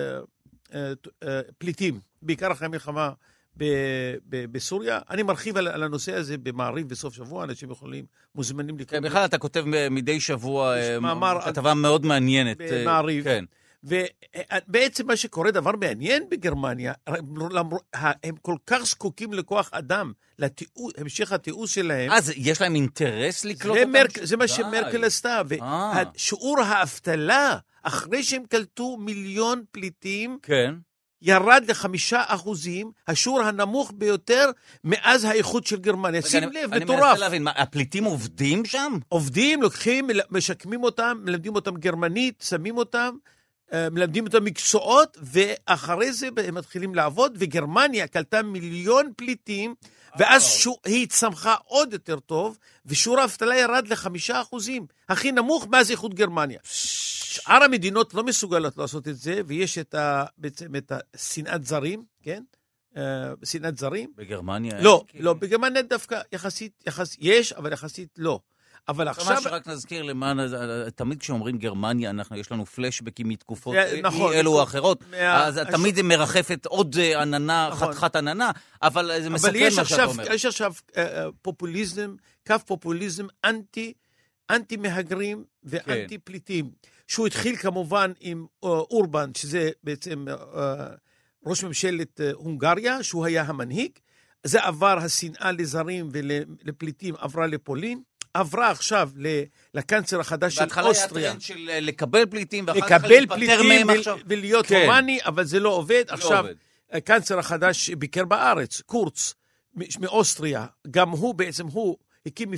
[SPEAKER 6] פליטים, בעיקר אחרי המלחמה בסוריה. אני מרחיב על הנושא הזה במעריב בסוף שבוע, אנשים יכולים, מוזמנים לקרוא.
[SPEAKER 3] בכלל אתה כותב מדי שבוע כתבה מאוד מעניינת.
[SPEAKER 6] במעריב. כן. ובעצם מה שקורה דבר מעניין בגרמניה, הם כל כך זקוקים לכוח אדם, להמשך התיעוש שלהם.
[SPEAKER 3] אז יש להם אינטרס לקלוט אותם?
[SPEAKER 6] זה מה שמרקל עשתה. ושיעור האבטלה, אחרי שהם קלטו מיליון פליטים,
[SPEAKER 3] כן.
[SPEAKER 6] ירד ל5%, השיעור הנמוך ביותר מאז האיחוד של גרמניה. שים לב, מטורף.
[SPEAKER 3] אני מנסה להבין, הפליטים עובדים שם?
[SPEAKER 6] עובדים, לוקחים, משקמים אותם, מלמדים אותם גרמנית, שמים אותם, מלמדים אותם מקצועות, ואחרי זה הם מתחילים לעבוד, וגרמניה קלטה מיליון פליטים, ואז היא צמחה עוד יותר טוב, ושיעור האבטלה ירד ל5%, הכי נמוך מאז איחוד גרמניה. שאר המדינות לא מסוגלות לעשות את זה, ויש בעצם את שנאת זרים, כן? שנאת זרים.
[SPEAKER 3] בגרמניה?
[SPEAKER 6] לא, בגרמניה דווקא יחסית, יש, אבל יחסית לא. אבל עכשיו...
[SPEAKER 3] ממש רק נזכיר למען, תמיד כשאומרים גרמניה, יש לנו פלשבקים מתקופות אלו או אחרות, אז תמיד זה מרחפת עוד עננה, חתיכת עננה, אבל זה מסכן מה שאתה אומר.
[SPEAKER 6] יש עכשיו פופוליזם, קו פופוליזם אנטי מהגרים ואנטי פליטים, שהוא התחיל כמובן עם אורבן, שזה בעצם ראש ממשלת הונגריה, שהוא היה המנהיג, זה עבר השנאה לזרים ולפליטים, עברה לפולין, עברה עכשיו לקנצלר החדש של אוסטריה.
[SPEAKER 3] בהתחלה היה טרנד של לקבל פליטים, ואחר כך להיפטר מהם עכשיו.
[SPEAKER 6] ולהיות הומני, אבל זה לא עובד. עכשיו, הקנצלר החדש ביקר בארץ, קורץ, מאוסטריה, גם הוא בעצם, הוא הקים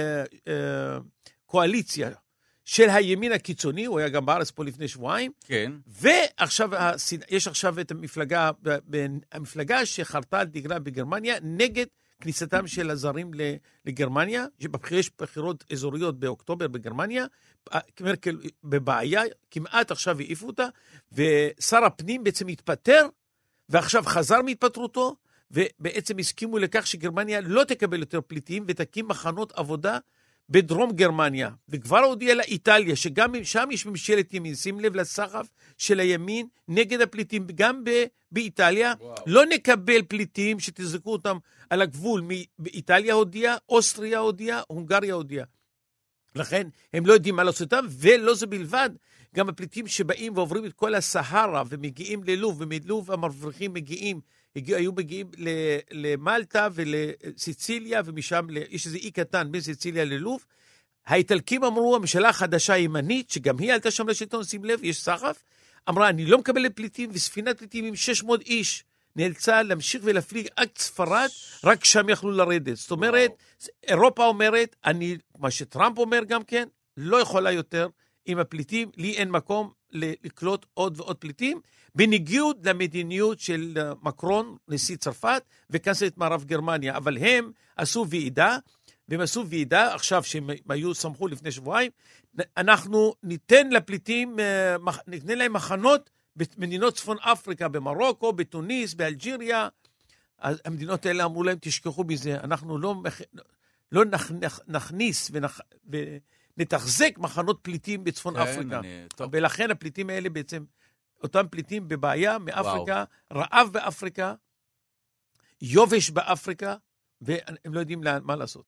[SPEAKER 6] קואליציה של הימין הקיצוני, הוא היה גם בארץ פה לפני שבועיים.
[SPEAKER 3] כן.
[SPEAKER 6] ועכשיו, יש עכשיו את המפלגה שחרתה על דגלה בגרמניה, נגד כניסתם של הזרים לגרמניה, יש בחירות אזוריות באוקטובר בגרמניה, מרקל בבעיה, כמעט עכשיו העיפו אותה, ושר הפנים בעצם התפטר, ועכשיו חזר מהתפטרותו, ובעצם הסכימו לכך שגרמניה לא תקבל יותר פליטים, ותקים מחנות עבודה בדרום גרמניה, וכבר הודיע לאיטליה, שגם שם יש ממשלת ימין, שים לב לסחף של הימין נגד הפליטים, גם באיטליה, לא נקבל פליטים שתזרקו אותם על הגבול, באיטליה הודיע, אוסטריה הודיע, הונגריה הודיע. לכן הם לא יודעים מה לעשות אותם, ולא זה בלבד, גם הפליטים שבאים ועוברים את כל הסהרה, ומגיעים ללוב, ומלוב המבריחים היו מגיעים למלטה ולסיציליה, ומשם יש איזה אי קטן בין סיציליה ללוב. האיטלקים אמרו, הממשלה החדשה הימנית, שגם היא עלתה שם לשלטון, שים לב, יש סחף, אמרה, אני לא מקבלת פליטים, וספינת פליטים עם 600 איש, נאלצה להמשיך ולהפליג עד ספרד, רק שם יכלו לרדת. זאת אומרת, אירופה אומרת, מה שטראמפ אומר גם כן, לא יכולה יותר עם הפליטים, לי אין מקום לקלוט עוד ועוד פליטים, בניגוד למדיניות של מקרון, נשיא צרפת, וקנצלרית מערב גרמניה, אבל הם עשו ועידה, והם עשו ועידה, עכשיו שהם היו סמכו לפני שבועיים, אנחנו ניתן לפליטים, ניתן להם מחנות במדינות צפון אפריקה, במרוקו, בתוניס, באלג'יריה. אז המדינות האלה אמרו להם, תשכחו מזה, אנחנו לא נכניס ונתחזק מחנות פליטים בצפון אפריקה. ולכן הפליטים האלה בעצם, אותם פליטים בבעיה מאפריקה, רעב באפריקה, יובש באפריקה, והם לא יודעים מה לעשות.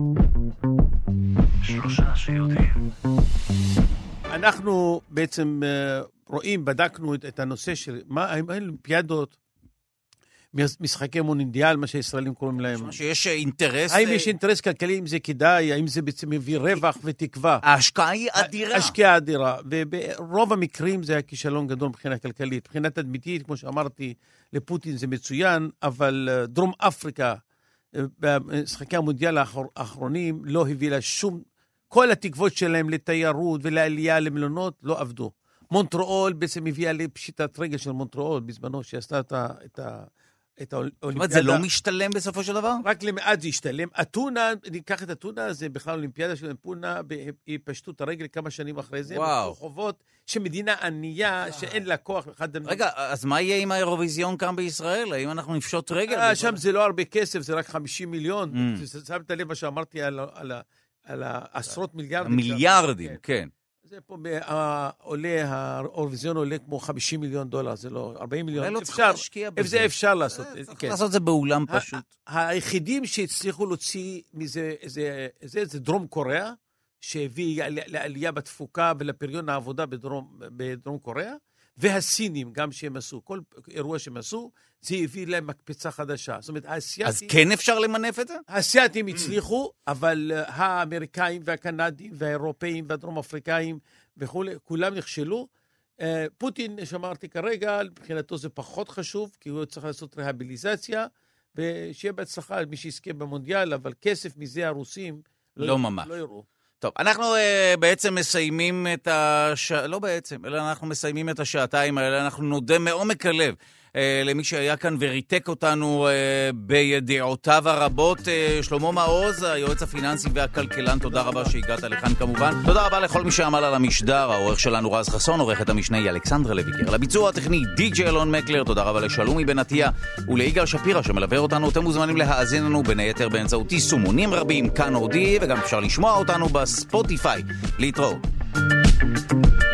[SPEAKER 5] שלושה שיודעים.
[SPEAKER 6] אנחנו בעצם רואים, בדקנו את הנושא של האם אולימפיאדות, משחקי מונדיאל, מה שישראלים קוראים להם.
[SPEAKER 3] שיש אינטרס...
[SPEAKER 6] האם יש אינטרס כלכלי, אם זה כדאי, האם זה בעצם מביא רווח ותקווה.
[SPEAKER 3] ההשקעה היא אדירה.
[SPEAKER 6] ההשקעה אדירה, וברוב המקרים זה היה כישלון גדול מבחינה כלכלית. מבחינה תדמיתית, כמו שאמרתי, לפוטין זה מצוין, אבל דרום אפריקה, במשחקי המונדיאל האחרונים, לא הביא לה שום... כל התקוות שלהם לתיירות ולעלייה למלונות לא עבדו. מונטריאול בעצם הביאה לפשיטת רגל של מונטריאול, בזמנו שעשתה את האולימפיאדה.
[SPEAKER 3] זה לא משתלם בסופו של דבר?
[SPEAKER 6] רק למעט זה ישתלם. אתונה, ניקח את אתונה, זה בכלל אולימפיאדה של אתונה, היא פשטו את הרגל כמה שנים אחרי זה.
[SPEAKER 3] וואו.
[SPEAKER 6] חובות שמדינה ענייה, שאין לה כוח.
[SPEAKER 3] רגע, אז מה יהיה עם האירוויזיון כאן בישראל? האם אנחנו נפשוט רגל?
[SPEAKER 6] שם זה לא הרבה כסף, זה רק 50 מיליון. שמת לב מה שאמרתי על העשרות מיליארדים.
[SPEAKER 3] מיליארדים, כן.
[SPEAKER 6] זה פה עולה, האירוויזיון עולה כמו 50 מיליון דולר, זה לא 40 מיליון.
[SPEAKER 3] לא צריך להשקיע בזה.
[SPEAKER 6] זה אפשר לעשות.
[SPEAKER 3] צריך לעשות את זה באולם פשוט.
[SPEAKER 6] היחידים שהצליחו להוציא מזה, זה דרום קוריאה, שהביא לעלייה בתפוקה ולפריון העבודה בדרום קוריאה, והסינים גם שהם עשו, כל אירוע שהם עשו, זה הביא להם מקפצה חדשה. זאת אומרת, האסייתים...
[SPEAKER 3] אז כן אפשר למנף את זה?
[SPEAKER 6] האסייתים הצליחו, אבל האמריקאים והקנדים והאירופאים והדרום אפריקאים וכו', כולם נכשלו. פוטין, שאמרתי כרגע, מבחינתו זה פחות חשוב, כי הוא צריך לעשות רהביליזציה, ושיהיה בהצלחה מי שיזכה במונדיאל, אבל כסף מזה הרוסים
[SPEAKER 3] לא ממש.
[SPEAKER 6] לא יראו.
[SPEAKER 3] טוב, אנחנו בעצם מסיימים את לא בעצם, אלא אנחנו מסיימים את השעתיים האלה, אנחנו נודה מעומק הלב למי שהיה כאן וריתק אותנו בידיעותיו הרבות. שלמה מעוז, היועץ הפיננסי והכלכלן, תודה רבה שהגעת לכאן כמובן. תודה רבה לכל מי שעמל על המשדר, העורך שלנו רז חסון, עורכת המשנה היא אלכסנדרה לויקר. לביצוע הטכני די.ג'יי אלון מקלר, תודה רבה לשלומי בן עטיה וליגאל שפירא שמלווה אותנו. אתם מוזמנים להאזין לנו בין היתר באמצעות יישומונים רבים, כאן אודי, וגם אפשר לשמוע אותנו בספוטיפיי. להתראות.